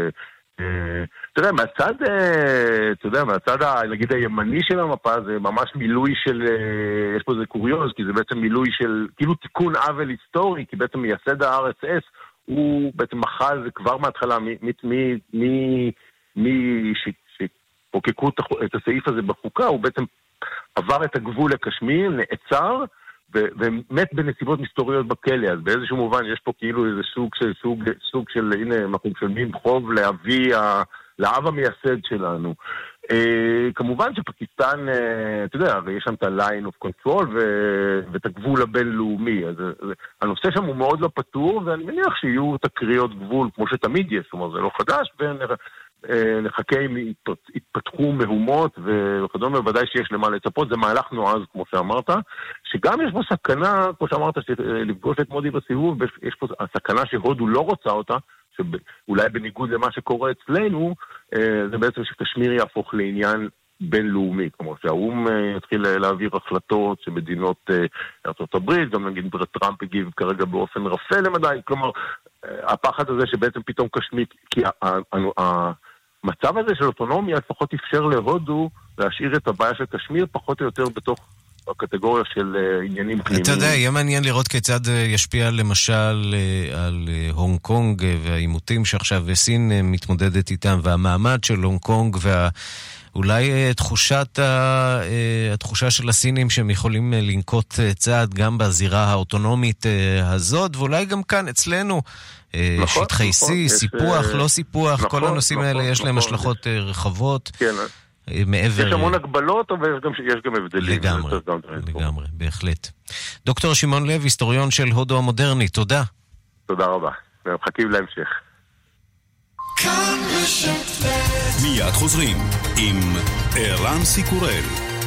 תראה, מהצד נגיד הימני של המפה זה ממש מילוי של, יש פה איזה קוריוז, כי זה בעצם מילוי של, כאילו תיקון עוול היסטורי, כי בעצם מייסד ה-RSS, הוא בעצם מחל זה כבר מההתחלה, מי שפוקקו את הסעיף הזה בחוקה, הוא בעצם עבר את הגבול לקשמיר, נעצר, ומת בנסיבות היסטוריות בכלא, אז באיזשהו מובן יש פה כאילו איזה סוג של, הנה, אנחנו משלמים חוב לאב המייסד שלנו. כמובן שפקיסטן, אתה יודע, יש שם את ה-line of control ואת הגבול הבינלאומי, אז הנושא שם הוא מאוד לא פתור, ואני מניח שיהיו תקריות גבול כמו שתמיד יש, זאת אומרת, זה לא חדש, נחכה אם יתפתחו מהומות וכדומה, בוודאי שיש למה לצפות, זה מהלך נועז כמו שאמרת, שגם יש בו סכנה, כמו שאמרת, לפגוש את מודי בסיבוב, יש פה הסכנה שהודו לא רוצה אותה, שאולי בניגוד למה שקורה אצלנו, זה בעצם שקשמיר יהפוך לעניין בינלאומי, כמו שהאום יתחיל להעביר החלטות שמדינות ארצות הברית, גם נגיד טראמפ הגיב כרגע באופן רפה למדי, כלומר, הפחד הזה שבעצם פתאום קשמיר, כי המצב הזה של אוטונומיה לפחות אפשר להודו להשאיר את הבעיה של קשמיר פחות או יותר בתוך הקטגוריה של עניינים פנימיים. אתה יודע, יהיה מעניין לראות כיצד ישפיע למשל על הונג קונג והעימותים שעכשיו סין מתמודדת איתם, והמעמד של הונג קונג אולי התחושה של הסינים שהם יכולים לנקוט צעד גם בזירה האוטונומית הזאת, ואולי גם כאן אצלנו שטחי C, סיפוח, לא סיפוח, כל הנושאים האלה יש להם השלכות רחבות. יש המון הגבלות, אבל יש גם הבדלים. לגמרי, בהחלט. דוקטור שמעון לב, היסטוריון של הודו המודרנית, תודה. תודה רבה, ומחכים להמשך. מיד חוזרים עם ערן סיקורל.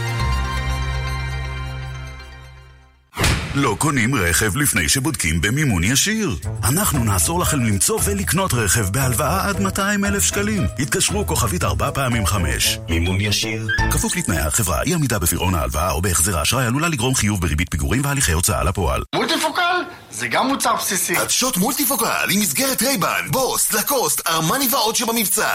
לא קונים רכב לפני שבודקים במימון ישיר. אנחנו נעזור לכם למצוא ולקנות רכב בהלוואה עד 200,000 שקלים. התקשרו כוכבית 4x5. מימון ישיר. כפוף לתנאי החברה, אי עמידה בפירעון ההלוואה או בהחזר האשראי עלולה לגרום חיוב בריבית פיגורים והליכי הוצאה לפועל. מולטיפוקל? זה גם מוצר בסיסי. חדשות מולטיפוקל עם מסגרת רייבן, בוס, לקוסט, ארמני ועוד שבמבצע.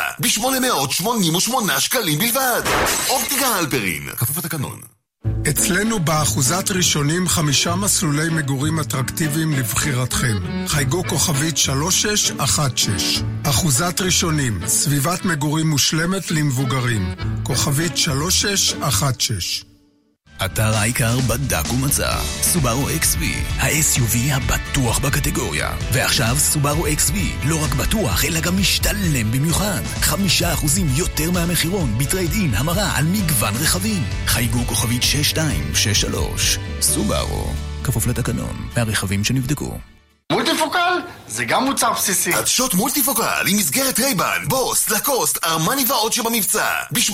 ב-888 שקלים בלבד. אופטיקה הלפרין. כפוף לתקנון. אצלנו באחוזת ראשונים 5 מסלולי מגורים אטרקטיביים לבחירתכם. חייגו כוכבית 3616. אחוזת ראשונים, סביבת מגורים מושלמת למבוגרים. כוכבית 3616. אתר העיקר בדק ומצא. סובארו XV, ה-SUV הבטוח בקטגוריה. ועכשיו סובארו XV לא רק בטוח, אלא גם משתלם במיוחד. 5% יותר מהמחירון בטרייד אין המרה על מגוון רכבים. חייגו כוכבית 6263. סובארו, כפוף לתקנון, מהרכבים שנבדקו. מולטיפוקל? זה גם מוצר בסיסי. חדשות מולטיפוקל עם מסגרת רייבן, בוס, לקוסט, ארמני ועוד שבמבצע.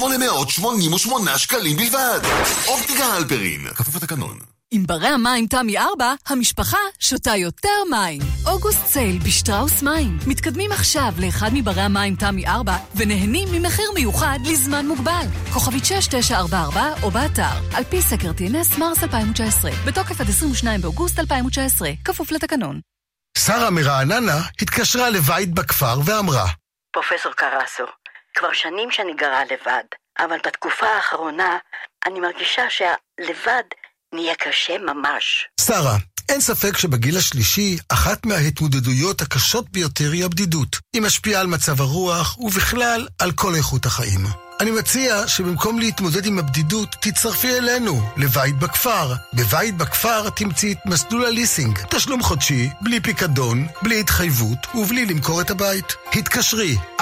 ב-888 שקלים בלבד. אופטיקה הלפרין. כפוף לתקנון. עם ברי המים תמי 4, המשפחה שותה יותר מים. אוגוסט סייל בשטראוס מים. מתקדמים עכשיו לאחד מברי המים תמי 4 ונהנים ממחיר מיוחד לזמן מוגבל. כוכבית 6944 או באתר. על פי סקר TNS מרס 2019. בתוקף עד 22 באוגוסט 2019. כפוף לתקנון. שרה מרעננה התקשרה לבית בכפר ואמרה, פרופסור קרסו, כבר שנים שאני גרה לבד, אבל בתקופה האחרונה אני מרגישה שהלבד נהיה קשה ממש. שרה, אין ספק שבגיל השלישי, אחת מההתמודדויות הקשות ביותר היא הבדידות. היא משפיעה על מצב הרוח ובכלל על כל איכות החיים. אני מציע שבמקום להתמודד עם הבדידות, תצטרפי אלינו לבית בכפר. בבית בכפר תמצאי את מסלול הליסינג. תשלום חודשי, בלי פיקדון, בלי התחייבות ובלי למכור את הבית. התקשרי, 1-800-30-70-70.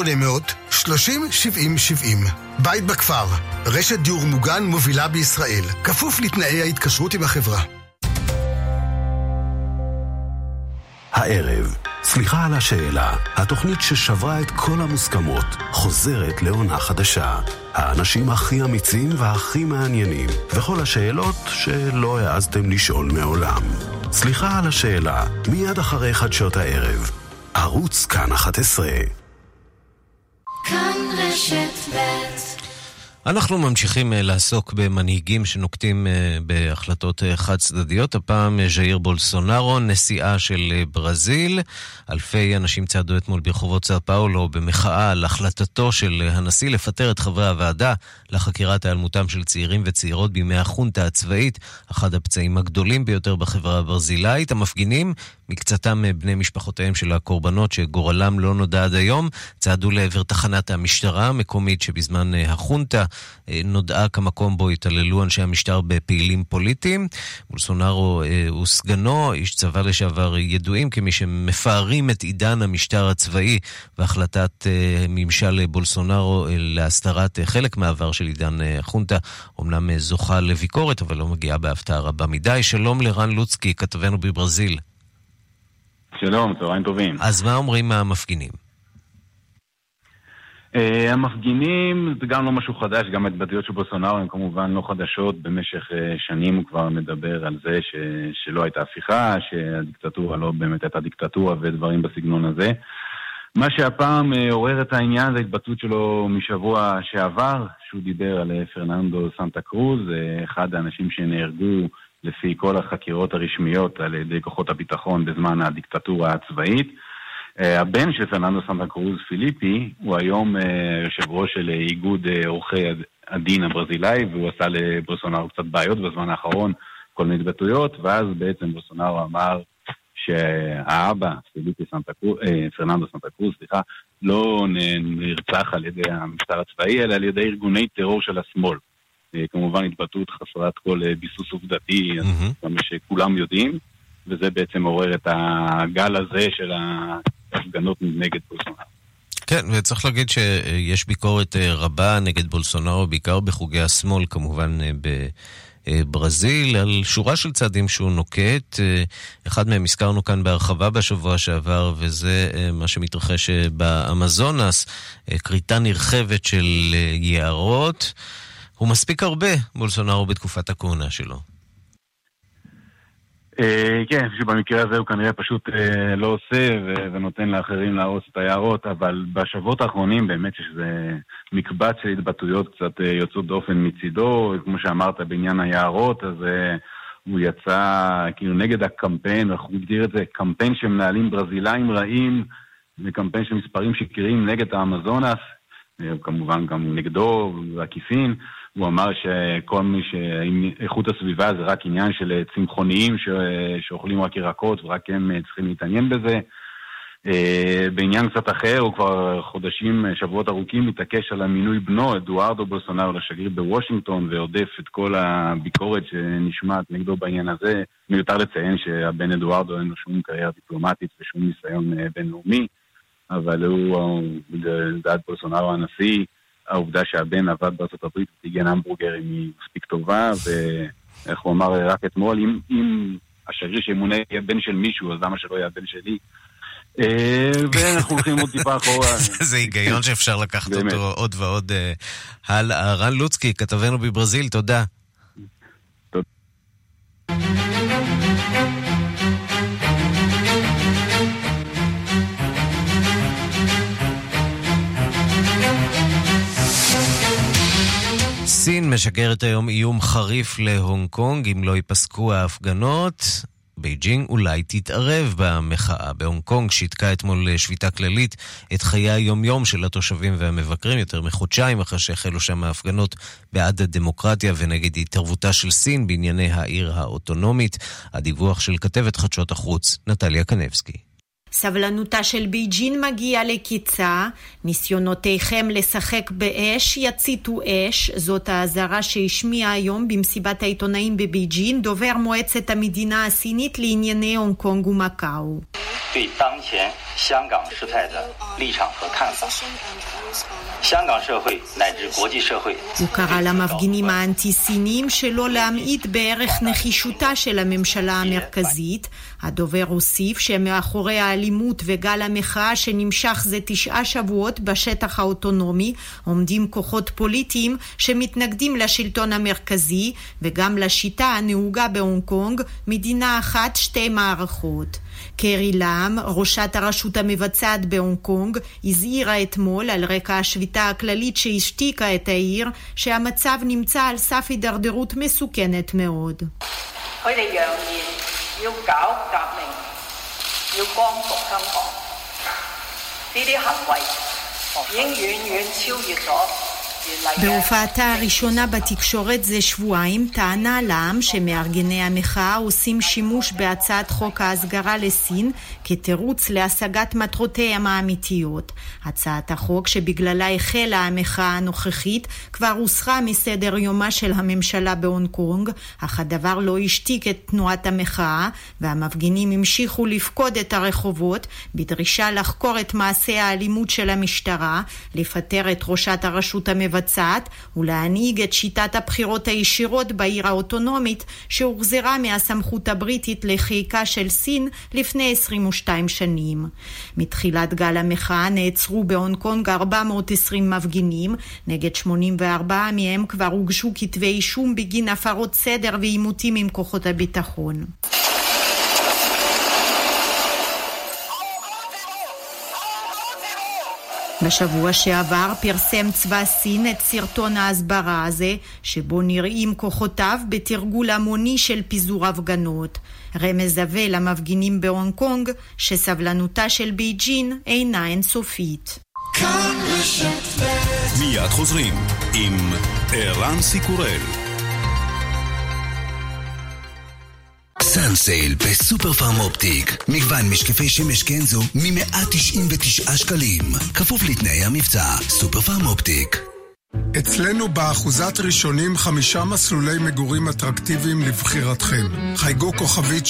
בית בכפר, רשת דיור מוגן מובילה בישראל. כפוף לתנאי ההתקשרות עם החברה. הערב, סליחה על השאלה, התוכנית ששברה את כל המוסכמות, חוזרת לעונה חדשה. האנשים הכי אמיצים והכי מעניינים, וכל השאלות שלא העזתם לשאול מעולם. סליחה על השאלה, מיד אחרי חדשות הערב. ערוץ כאן 11. כאן רשת ב'. אנחנו ממשיכים לעסוק במנהיגים שנוקטים בהחלטות חד צדדיות. הפעם ז'איר בולסונארו, נשיאה של ברזיל. אלפי אנשים צעדו אתמול ברחובות סאו פאולו במחאה על החלטתו של הנשיא לפטר את חברי הוועדה לחקירת היעלמותם של צעירים וצעירות בימי החונטה הצבאית, אחד הפצעים הגדולים ביותר בחברה הברזילאית. המפגינים, מקצתם בני משפחותיהם של הקורבנות שגורלם לא נודע עד היום, צעדו לעבר תחנת המשטרה המקומית שבזמן החונטה נודעה כמקום בו התעללו אנשי המשטר בפעילים פוליטיים. בולסונארו הוא סגנו, איש צבא לשעבר ידועים כמי שמפארים את עידן המשטר הצבאי והחלטת ממשל בולסונארו להסתרת חלק מהעבר של עידן החונטה. אמנם זוכה לביקורת, אבל לא מגיעה בהפתעה רבה מדי. שלום לרן לוצקי, כתבנו בברזיל. שלום, צהריים טובים. אז מה אומרים המפגינים? המפגינים זה גם לא משהו חדש, גם ההתבטאויות של בולסונארו הן כמובן לא חדשות. במשך שנים הוא כבר מדבר על זה שלא הייתה הפיכה, שהדיקטטורה לא באמת הייתה דיקטטורה ודברים בסגנון הזה. מה שהפעם עורר את העניין זה ההתבטאות שלו משבוע שעבר, שהוא דיבר על פרננדו סנטה קרוז, אחד האנשים שנהרגו לפי כל החקירות הרשמיות על ידי כוחות הביטחון בזמן הדיקטטורה הצבאית. הבן של פרננדו סנטה קרוז, פיליפי, הוא היום יושב ראש של איגוד עורכי הדין הברזילאי, והוא עשה לבולסונארו קצת בעיות בזמן האחרון, כל מיני התבטאויות, ואז בעצם בולסונארו אמר שהאבא, פרננדו סנטה קרוז, לא נרצח על ידי המשטר הצבאי, אלא על ידי ארגוני טרור של השמאל. כמובן התבטאות חסרת כל ביסוס עובדתי, כמו שכולם יודעים, וזה בעצם עורר את הגל הזה של ההפגנות נגד בולסונארו. כן, וצריך להגיד שיש ביקורת רבה נגד בולסונארו, בעיקר בחוגי השמאל, כמובן בברזיל, על שורה של צעדים שהוא נוקט. אחד מהם הזכרנו כאן בהרחבה בשבוע שעבר, וזה מה שמתרחש באמזונס, כריתה נרחבת של יערות. הוא מספיק הרבה, בולסונארו, בתקופת הכהונה שלו. כן, שבמקרה הזה הוא כנראה פשוט לא עושה ונותן לאחרים להרוס את היערות, אבל בשבועות האחרונים באמת שזה מקבץ של התבטאויות קצת יוצאות דופן מצידו, כמו שאמרת בעניין היערות, אז הוא יצא כאילו נגד הקמפיין, אנחנו נגדיר את זה קמפיין שמנהלים ברזילאים רעים, וקמפיין של מספרים שקרים נגד האמזונס, כמובן גם נגדו ועקיפין. הוא אמר שכל מי שאיכות הסביבה זה רק עניין של צמחוניים שאוכלים רק ירקות ורק הם צריכים להתעניין בזה. בעניין קצת אחר, הוא כבר חודשים, שבועות ארוכים מתעקש על המינוי בנו, אדוארדו בולסונארו, לשגריר בוושינגטון, ועודף את כל הביקורת שנשמעת נגדו בעניין הזה. מיותר לציין שהבן אדוארדו אין לו שום קריירה דיפלומטית ושום ניסיון בינלאומי, אבל הוא, לדעת בולסונארו הנשיא, העובדה שהבן עבד בארצות הברית וטיגן המבורגר היא מספיק טובה, ואיך הוא אמר רק אתמול, אם השגריר שימונה יהיה בן של מישהו, אז למה שלא יהיה הבן שלי? ואנחנו הולכים עוד טיפה אחורה. זה היגיון שאפשר לקחת אותו עוד ועוד הלאה. רן לוצקי, כתבנו בברזיל, תודה. תודה. סין משגרת היום איום חריף להונג קונג אם לא ייפסקו ההפגנות. בייג'ינג אולי תתערב במחאה. בהונג קונג שיתקה אתמול שביתה כללית את חיי היום-יום של התושבים והמבקרים, יותר מחודשיים אחרי שהחלו שם ההפגנות בעד הדמוקרטיה ונגד התערבותה של סין בענייני העיר האוטונומית. הדיווח של כתבת חדשות החוץ נטליה קנבסקי. סבלנותה של בייג'ין מגיעה לקיצה, ניסיונותיכם לשחק באש יציתו אש, זאת האזהרה שהשמיע היום במסיבת העיתונאים בבייג'ין דובר מועצת המדינה הסינית לענייני הונג קונג ומקאו. הוא קרא למפגינים האנטי-סיניים שלא להמעיט בערך נחישותה של הממשלה המרכזית. הדובר הוסיף שמאחורי האלימות וגל המחאה שנמשך זה 9 שבועות בשטח האוטונומי עומדים כוחות פוליטיים שמתנגדים לשלטון המרכזי וגם לשיטה הנהוגה בהונג קונג, מדינה אחת שתי מערכות. קרי להם, ראשת הרשות המבצעת בהונג קונג, הזהירה אתמול על רקע השביתה הכללית שהשתיקה את העיר שהמצב נמצא על סף הידרדרות מסוכנת מאוד. בהופעתה הראשונה בתקשורת זה שבועיים טענה לעם שמארגני המחאה עושים שימוש בהצעת חוק ההסגרה לסין כתירוץ להשגת מטרותיהם האמיתיות. הצעת החוק שבגללה החלה המחאה הנוכחית כבר הוסרה מסדר יומה של הממשלה בהונג קונג, אך הדבר לא השתיק את תנועת המחאה והמפגינים המשיכו לפקוד את הרחובות בדרישה לחקור את מעשי האלימות של המשטרה, לפטר את ראשת הרשות המבצעת ולהנהיג את שיטת הבחירות הישירות בעיר האוטונומית שהוחזרה מהסמכות הבריטית לחיקה של סין לפני 22 שנים. מתחילת גל המחאה נעצרו בהונג קונג 420 מפגינים, נגד 84 מהם כבר הוגשו כתבי אישום בגין הפרות סדר ועימותים עם כוחות הביטחון. בשבוע שעבר פרסם צבא סין את סרטון ההסברה הזה, שבו נראים כוחותיו בתרגול המוני של פיזור הפגנות. רמז זווה למפגינים בהונג קונג שסבלנותה של בייג'ין אינה אינסופית. מיד חוזרים עם ערן סיקורל. סאנסייל בסופר פארם אופטיק, מגוון משקפי שמש קנזו מ-199 שקלים, כפוף לתנאי המבצע. סופר פארם אופטיק. אצלנו באחוזת ראשונים 5 מסלולי מגורים אטרקטיביים לבחירתכם. חייגו כוכבית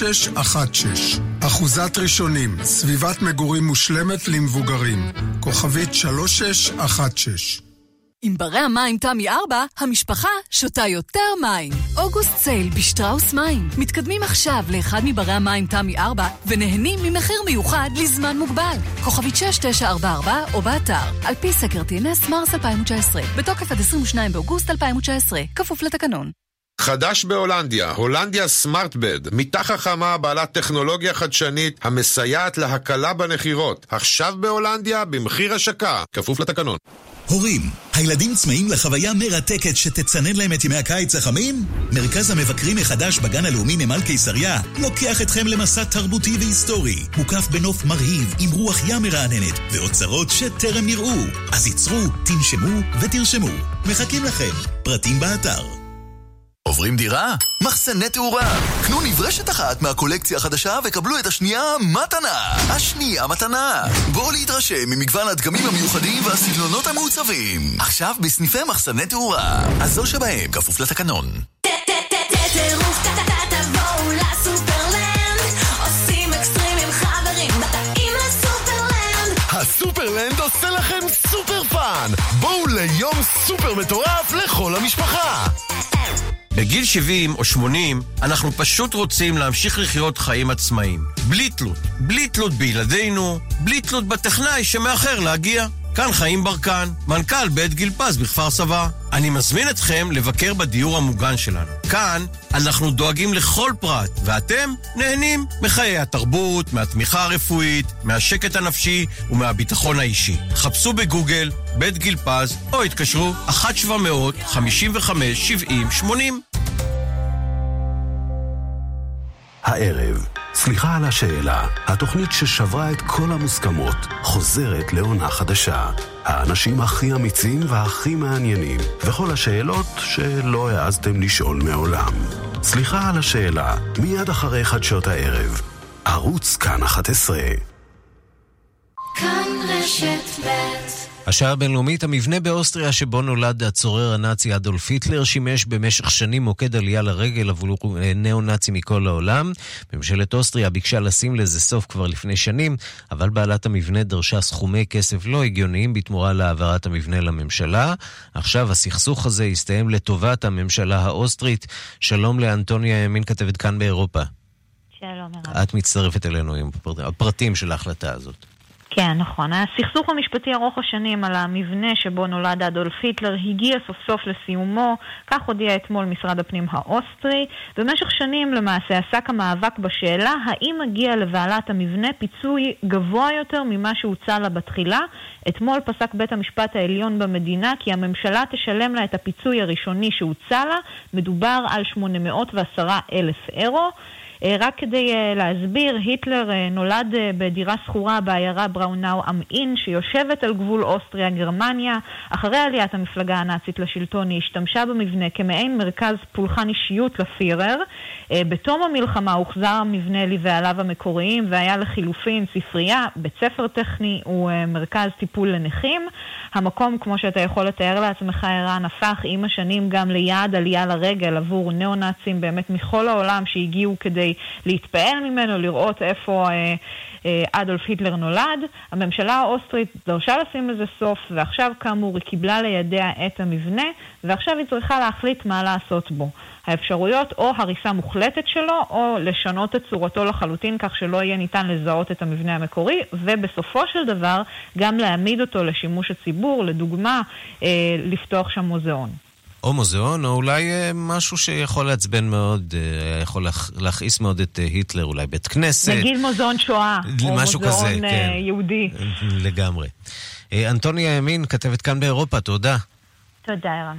3616. אחוזת ראשונים, סביבת מגורים מושלמת למבוגרים. כוכבית 3616. עם ברי המים תמי 4, המשפחה שותה יותר מים. אוגוסט סייל בשטראוס מים. מתקדמים עכשיו לאחד מברי המים תמי 4 ונהנים ממחיר מיוחד לזמן מוגבל. כוכבית 6944 או באתר. על פי סקר TNS מרס 2019. בתוקף עד 22 באוגוסט 2019. כפוף לתקנון. חדש בהולנדיה, הולנדיה סמארטבד, מיטה חכמה בעלת טכנולוגיה חדשנית המסייעת להקלה בנחירות. עכשיו בהולנדיה במחיר השקה, כפוף לתקנון. הורים, הילדים צמאים לחוויה מרתקת שתצנן להם את ימי הקיץ החמים? מרכז המבקרים החדש בגן הלאומי נמל קיסריה לוקח אתכם למסע תרבותי והיסטורי, מוקף בנוף מרהיב עם רוח ים מרעננת ואוצרות שטרם נראו. אז ייצרו, תנשמו ותרשמו. מחכים לכם. פרטים באתר. עוברים דירה? מחסני תאורה. קנו נברשת אחת מהקולקציה החדשה וקבלו את השנייה מתנה. השנייה מתנה. בואו להתרשם ממגוון הדגמים המיוחדים והסגנונות המעוצבים. עכשיו בסניפי מחסני תאורה. אז זו שבהם, כפוף לתקנון. טירוף, תבואו לסופרלנד. עושים אקסטרים עם חברים, באים לסופרלנד. הסופרלנד עושה לכם סופר פאן. בואו ליום סופר מטורף לכל המשפחה. בגיל 70 או 80 אנחנו פשוט רוצים להמשיך לחיות חיים עצמאיים. בלי תלות בילדינו, בלי תלות בטכנאי שמאחר להגיע. כאן חיים ברקן, מנכ"ל בית גיל פז בכפר סבא. אני מזמין אתכם לבקר בדיור המוגן שלנו. כאן אנחנו דואגים לכל פרט, ואתם נהנים מחיי התרבות, מהתמיכה הרפואית, מהשקט הנפשי ומהביטחון האישי. חפשו בגוגל בית גיל פז או התקשרו 1-700-55-70-80. הערב, סליחה על השאלה, התוכנית ששברה את כל המוסכמות חוזרת לעונה חדשה. האנשים הכי אמיצים והכי מעניינים, וכל השאלות שלא העזתם לשאול מעולם. סליחה על השאלה, מיד אחרי חדשות הערב. ערוץ כאן 11. כאן רשת ב'. השעה הבינלאומית, המבנה באוסטריה שבו נולד הצורר הנאצי אדולף היטלר שימש במשך שנים מוקד עלייה לרגל עבור ניאו-נאצים מכל העולם. ממשלת אוסטריה ביקשה לשים לזה סוף כבר לפני שנים, אבל בעלת המבנה דרשה סכומי כסף לא הגיוניים בתמורה להעברת המבנה לממשלה. עכשיו הסכסוך הזה יסתיים לטובת הממשלה האוסטרית. שלום לאנטוניה ימין, כתבת כאן באירופה. שלום הרב. את מצטרפת אלינו עם הפרטים של ההחלטה הזאת. כן, נכון. הסכסוך המשפטי ארוך השנים על המבנה שבו נולד אדולף היטלר הגיע סוף סוף לסיומו, כך הודיע אתמול משרד הפנים האוסטרי. במשך שנים למעשה עסק המאבק בשאלה האם מגיע לבעלת המבנה פיצוי גבוה יותר ממה שהוצע לה בתחילה. אתמול פסק בית המשפט העליון במדינה כי הממשלה תשלם לה את הפיצוי הראשוני שהוצע לה, מדובר על 810,000 אירו. רק כדי להסביר, היטלר נולד בדירה סחורה בעיירה בראונאו אמ-אין, שיושבת על גבול אוסטריה-גרמניה. אחרי עליית המפלגה הנאצית לשלטון היא השתמשה במבנה כמעין מרכז פולחן אישיות לפירר. בתום המלחמה הוחזר המבנה לבעליו המקוריים והיה לחילופין ספרייה, בית ספר טכני ומרכז טיפול לנכים. המקום, כמו שאתה יכול לתאר לעצמך, ערן, הפך עם השנים גם ליעד עלייה לרגל עבור ניאו-נאצים באמת מכל העולם שהגיעו כדי להתפעל ממנו, לראות איפה אדולף היטלר נולד. הממשלה האוסטרית דרשה לשים לזה סוף, ועכשיו כאמור היא קיבלה לידיה את המבנה, ועכשיו היא צריכה להחליט מה לעשות בו. האפשרויות או הריסה מוחלטת שלו, או לשנות את צורתו לחלוטין כך שלא יהיה ניתן לזהות את המבנה המקורי, ובסופו של דבר גם להעמיד אותו לשימוש הציבור, לדוגמה לפתוח שם מוזיאון. או מוזיאון, או אולי משהו שיכול לעצבן מאוד, יכול להכעיס מאוד את היטלר, אולי בית כנסת. נגיד מוזיאון שואה, או משהו מוזיאון כזה, כן. יהודי. לגמרי. אנטוניה ימין, כתבת כאן באירופה, תודה. תודה, ערן.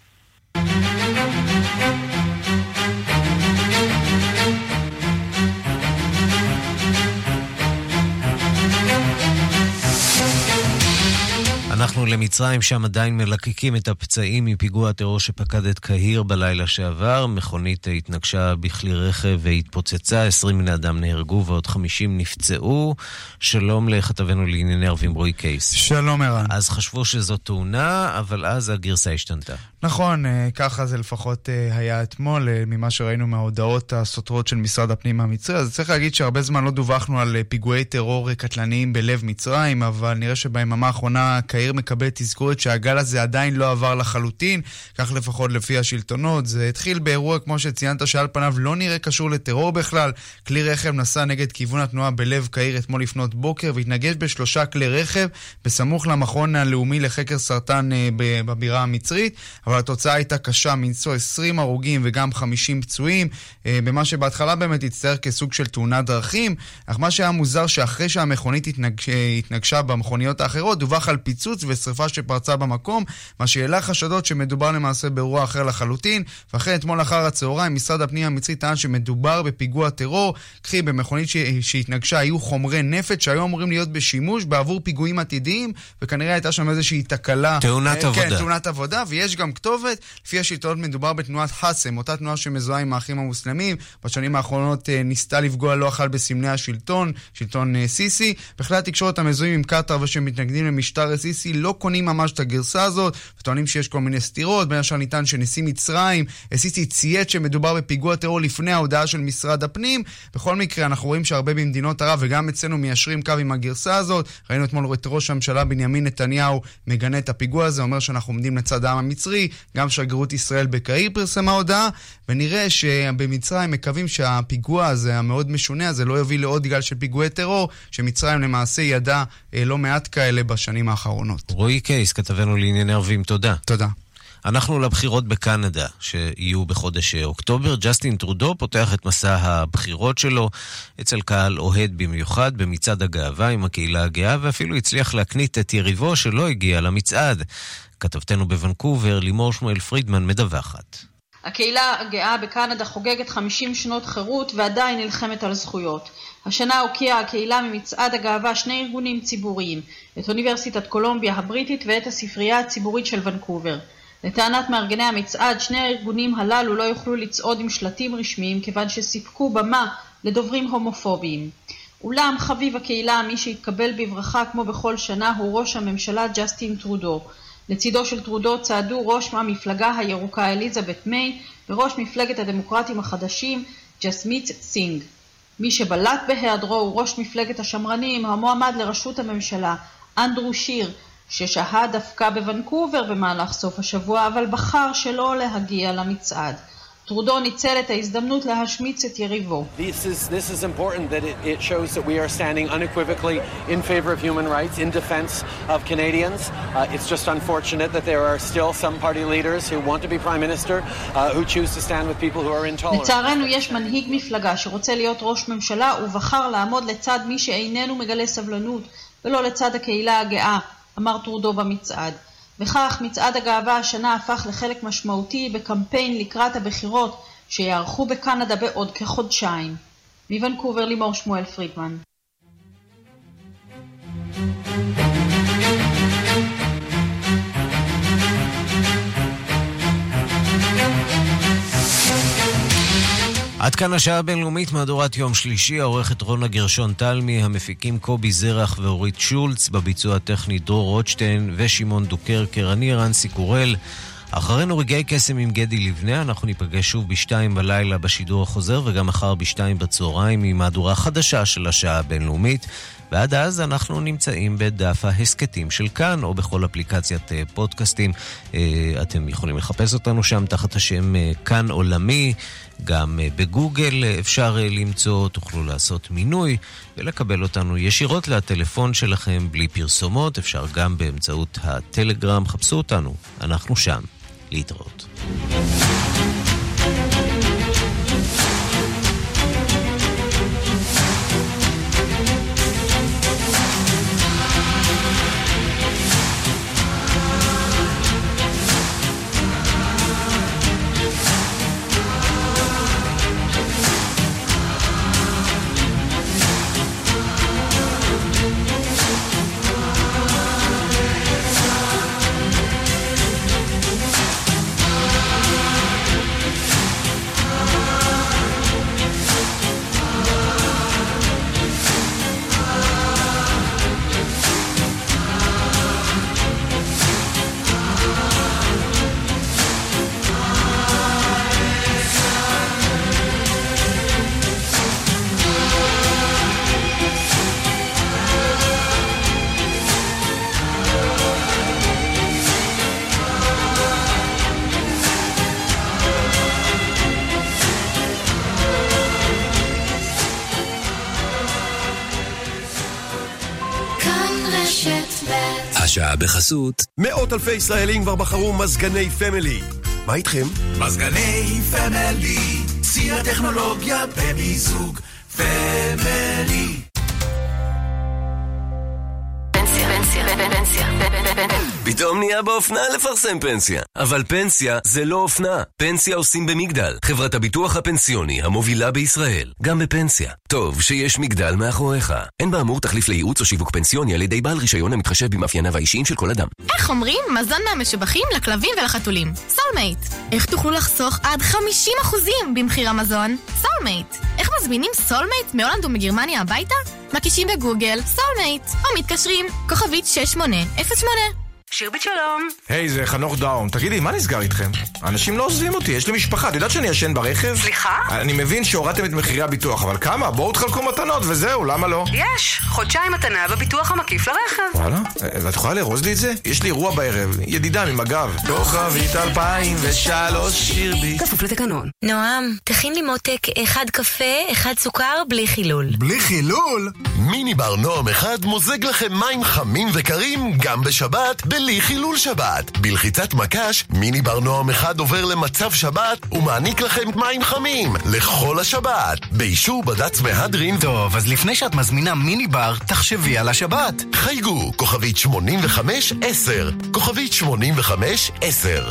אנחנו למצרים, שם עדיין מלקקים את הפצעים מפיגוע הטרור שפקד את קהיר בלילה שעבר. מכונית התנגשה בכלי רכב והתפוצצה, 20 בני אדם נהרגו ועוד 50 נפצעו. שלום לכתבנו לענייני ערבים רועי קייס. שלום ערן. אז חשבו שזו תאונה, אבל אז הגרסה השתנתה. נכון, ככה זה לפחות היה אתמול, ממה שראינו מההודעות הסותרות של משרד הפנים המצרי. אז צריך להגיד שהרבה זמן לא דווחנו על פיגועי טרור קטלניים בלב מצרים, אבל נראה שביממה האחרונה קהיר מקבל תזכורת שהגל הזה עדיין לא עבר לחלוטין, כך לפחות לפי השלטונות. זה התחיל באירוע, כמו שציינת, שעל פניו לא נראה קשור לטרור בכלל. כלי רכב נסע נגד כיוון התנועה בלב קהיר אתמול לפנות בוקר, והתנגש ב3 כלי רכב בסמוך למכון הלאומי לחקר סרטן בבירה המצרית, אבל התוצאה הייתה קשה, מנסוע 20 הרוגים וגם 50 פצועים, במה שבהתחלה באמת הצטער כסוג של תאונת דרכים. אך מה שהיה מוזר שאחרי שהמכונית התנגשה במכוניות האחרות, דווח על פיצוץ ושריפה שפרצה במקום, מה שהעלה חשדות שמדובר למעשה באירוע אחר לחלוטין. ואחרי אתמול אחר הצהריים משרד הפנים המצרי טען שמדובר בפיגוע טרור, כי במכונית שהתנגשה היו חומרי נפט שהיו אמורים להיות בשימוש בעבור פיגועים עתידיים, וכנראה הייתה שם איזושהי תקלה, תאונת עבודה. כן, תאונת עבודה, ויש גם כתובת. לפי השלטון מדובר בתנועת חסם, אותה תנועה שמזוהה עם האחים המוסלמים. בשנים האחרונות ניסתה לפגוע לא אחת בסמלי השלטון, שלטון סיסי. בכלל התקשורת המזוהים עם קטר ושמתנגדים למשטר סיסי לא קונים ממש את הגרסה הזאת, וטוענים שיש כל מיני סתירות. בין השאר נטען שנשיא מצרים סיסי ציית שמדובר בפיגוע טרור לפני ההודעה של משרד הפנים. בכל מקרה אנחנו רואים שהרבה במדינות ערב וגם אצלנו מיישרים קו עם הגרסה הזאת. ראינו אתמול את ראש הממשלה בנימין נתניהו מגנה את הפיגוע הזה, אומר שאנחנו עומדים לצד העם המצרי. גם שגרירות ישראל בקהיר פרסמה הודעה, ונראה שבמצרים מקווים שהפיגוע הזה המאוד משונה הזה לא יוביל לעוד גל של פיגועי טרור, שמצרים למעשה ידע לא מעט כאלה בשנים האחרונות. רועי קייס, כתבנו לענייני ערבים, תודה. תודה. אנחנו לבחירות בקנדה שיהיו בחודש אוקטובר. ג'סטין טרודו פותח את מסע הבחירות שלו אצל קהל אוהד במיוחד במצעד הגאווה עם הקהילה הגאה, ואפילו הצליח להקנית את יריבו שלא הגיע למצעד. כתבתנו בוונקובר, לימור שמואל פרידמן מדווחת. הקהילה הגאה בקנדה חוגגת 50 שנות חירות ועדיין נלחמת על זכויות. השנה הוקיעה הקהילה ממצעד הגאווה 2 ארגונים ציבוריים, את אוניברסיטת קולומביה הבריטית ואת הספרייה הציבורית של ונקובר. לטענת מארגני המצעד, 2 הארגונים הללו לא יוכלו לצעוד עם שלטים רשמיים כיוון שסיפקו במה לדוברים הומופוביים. אולם חביב הקהילה, מי שהתקבל בברכה כמו בכל שנה, הוא ראש הממשלה ג'סטין טרודו. לצידו של טרודו צעדו ראש המפלגה הירוקה אליזבת מיי וראש מפלגת הדמוקרטים החדשים ג'סמית סינג. מי שבלט בהיעדרו הוא ראש מפלגת השמרנים, המועמד לראשות הממשלה, אנדרו שיר, ששהה דווקא בוונקובר במהלך סוף השבוע, אבל בחר שלא להגיע למצעד. טרודו ניצל את ההזדמנות להשמיץ את יריבו. This is important that it shows that we are standing unequivocally in favor of human rights, in defense of Canadians. It's just unfortunate that there are still some party leaders who want to be prime minister, who choose to stand with people who are intolerant. לצערנו יש מנהיג מפלגה שרוצה להיות ראש ממשלה ובחר לעמוד לצד מי שאיננו מגלה סבלנות ולא לצד הקהילה הגאה, אמר טרודו במצעד. וכך מצעד הגאווה השנה הפך לחלק משמעותי בקמפיין לקראת הבחירות שיערכו בקנדה בעוד כחודשיים. מוונקובר לימור שמואל פרידמן. עד כאן השעה הבינלאומית, מהדורת יום שלישי, העורכת רונה גרשון תלמי, המפיקים קובי זרח ואורית שולץ, בביצוע הטכני דרור רוטשטיין ושמעון דוקרקר, אני רנסי קורל. אחרינו רגעי קסם עם גדי לבנה, אנחנו ניפגש שוב ב-2 בלילה בשידור החוזר, וגם מחר ב-2 בצהריים עם מהדורה חדשה של השעה הבינלאומית. ועד אז אנחנו נמצאים בדף ההסקטים של כאן, או בכל אפליקציית פודקאסטים. אתם יכולים לחפש אותנו שם תחת השם כאן עולמי. גם בגוגל אפשר למצוא, תוכלו לעשות מינוי ולקבל אותנו ישירות לטלפון שלכם בלי פרסומות. אפשר גם באמצעות הטלגרם, חפשו אותנו, אנחנו שם. להתראות. השעה בחסות. מאות אלפי ישראלים כבר בחרו מזגני פמילי. מה איתכם? מזגני פמילי, צי הטכנולוגיה במיזוג פמילי. פתאום נהיה באופנה לפרסם פנסיה. אבל פנסיה זה לא אופנה. פנסיה עושים במגדל, חברת הביטוח הפנסיוני המובילה בישראל. גם בפנסיה. טוב שיש מגדל מאחוריך. אין באמור תחליף לייעוץ או שיווק פנסיוני על ידי בעל רישיון המתחשב במאפייניו האישיים של כל אדם. איך אומרים? מזון מהמשובחים לכלבים ולחתולים. סולמייט. איך תוכלו לחסוך עד 50% במחיר המזון? סולמייט. איך מזמינים סולמייט מהולנד ומגרמניה הביתה? מקישים בגוגל סולמייט, או מתקשרים כוכבית 6808. שירבית שלום. היי, זה חנוך דאון. תגידי, מה נסגר איתכם? אנשים לא עוזבים אותי, יש לי משפחה. את יודעת שאני ישן ברכב? סליחה? אני מבין שהורדתם את מחירי הביטוח, אבל כמה? בואו תחלקו מתנות וזהו, למה לא? יש, חודשיים מתנה בביטוח המקיף לרכב. וואלה? ואת יכולה לרוז לי את זה? יש לי אירוע בערב, ידידה ממג"ב. כוכבית 2003 שירבית. כפוף לתקנון. נועם, תכין לי מותק 1 קפה, 1 סוכר, בלי חילול. בלי חילול? מיני בר נועם אחד מוזג לכם מים חמים וקרים גם בשבת בלי חילול שבת. בלחיצת מקש, מיני בר נועם אחד עובר למצב שבת ומעניק לכם מים חמים לכל השבת. באישור בד"ץ מהדרין. טוב, אז לפני שאת מזמינה מיני בר, תחשבי על השבת. חייגו, כוכבית 8510. כוכבית 8510.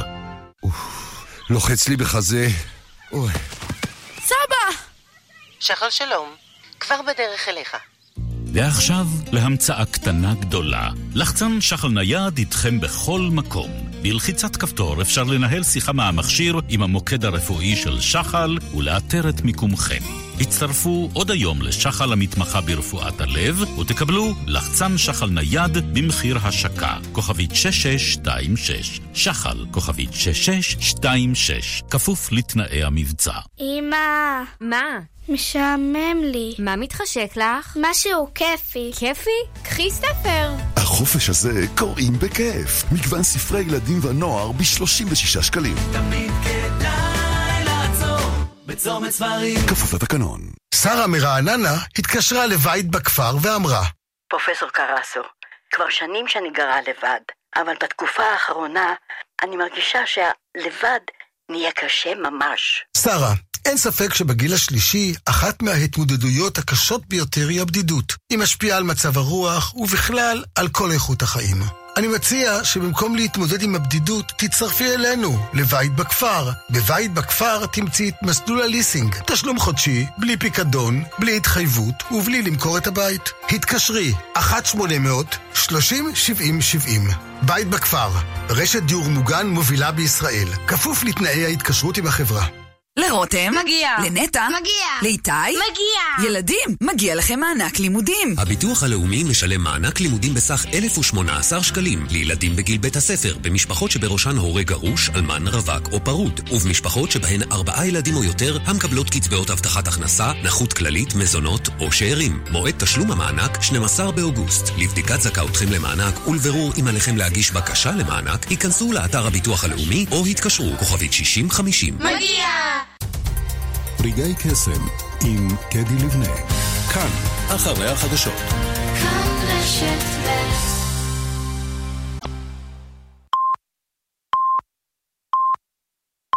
לוחץ לי בחזה. אוי. סבא! שחר שלום, כבר בדרך אליך. ועכשיו להמצאה קטנה גדולה. לחצן שחל נייד איתכם בכל מקום. בלחיצת כפתור אפשר לנהל שיחה מהמכשיר עם המוקד הרפואי של שחל ולאתר את מיקומכם. הצטרפו עוד היום לשחל המתמחה ברפואת הלב ותקבלו לחצן שחל נייד במחיר השקה. כוכבית 6626. שחל, כוכבית 6626. כפוף לתנאי המבצע. אמא. מה? משעמם לי. מה מתחשק לך? משהו כיפי. כיפי? קחי ספר. החופש הזה קוראים בכיף. מגוון ספרי ילדים ונוער ב-36 שקלים. תמיד כדאי לעצור בצומת ספרים. כפוף לתקנון. שרה מרעננה התקשרה לבית בכפר ואמרה, פרופסור קרסו, כבר שנים שאני גרה לבד, אבל בתקופה האחרונה אני מרגישה שהלבד נהיה קשה ממש. שרה, אין ספק שבגיל השלישי, אחת מההתמודדויות הקשות ביותר היא הבדידות. היא משפיעה על מצב הרוח ובכלל על כל איכות החיים. אני מציע שבמקום להתמודד עם הבדידות, תצטרפי אלינו לבית בכפר. בבית בכפר תמצאי את מסלול הליסינג. תשלום חודשי, בלי פיקדון, בלי התחייבות ובלי למכור את הבית. התקשרי 1-800-30-70-70. בית בכפר, רשת דיור מוגן מובילה בישראל. כפוף לתנאי ההתקשרות עם החברה. לרותם מגיע, לנטה מגיע, לאיתי מגיע. ילדים, מגיע לכם מענק לימודים. הביטוח הלאומי משלם מענק לימודים בסך 1,018 שקלים לילדים בגיל בית הספר, במשפחות שבראשן הורה גרוש, אלמן, רווק או פרוד, ובמשפחות שבהן 4 ילדים או יותר המקבלות קצבאות הבטחת הכנסה, נכות כללית, מזונות או שאירים. מועד תשלום המענק 12 באוגוסט. לבדיקת זכאותכם למענק ולברור אם עליכם להגיש בקשה למענק, היכנסו לאתר הביטוח הלאומי או התקשרו כוכבית 6050. מגיע! רגעי קסם עם קדי לבנה. כאן, אחרי החדשות. כאן רשת ב'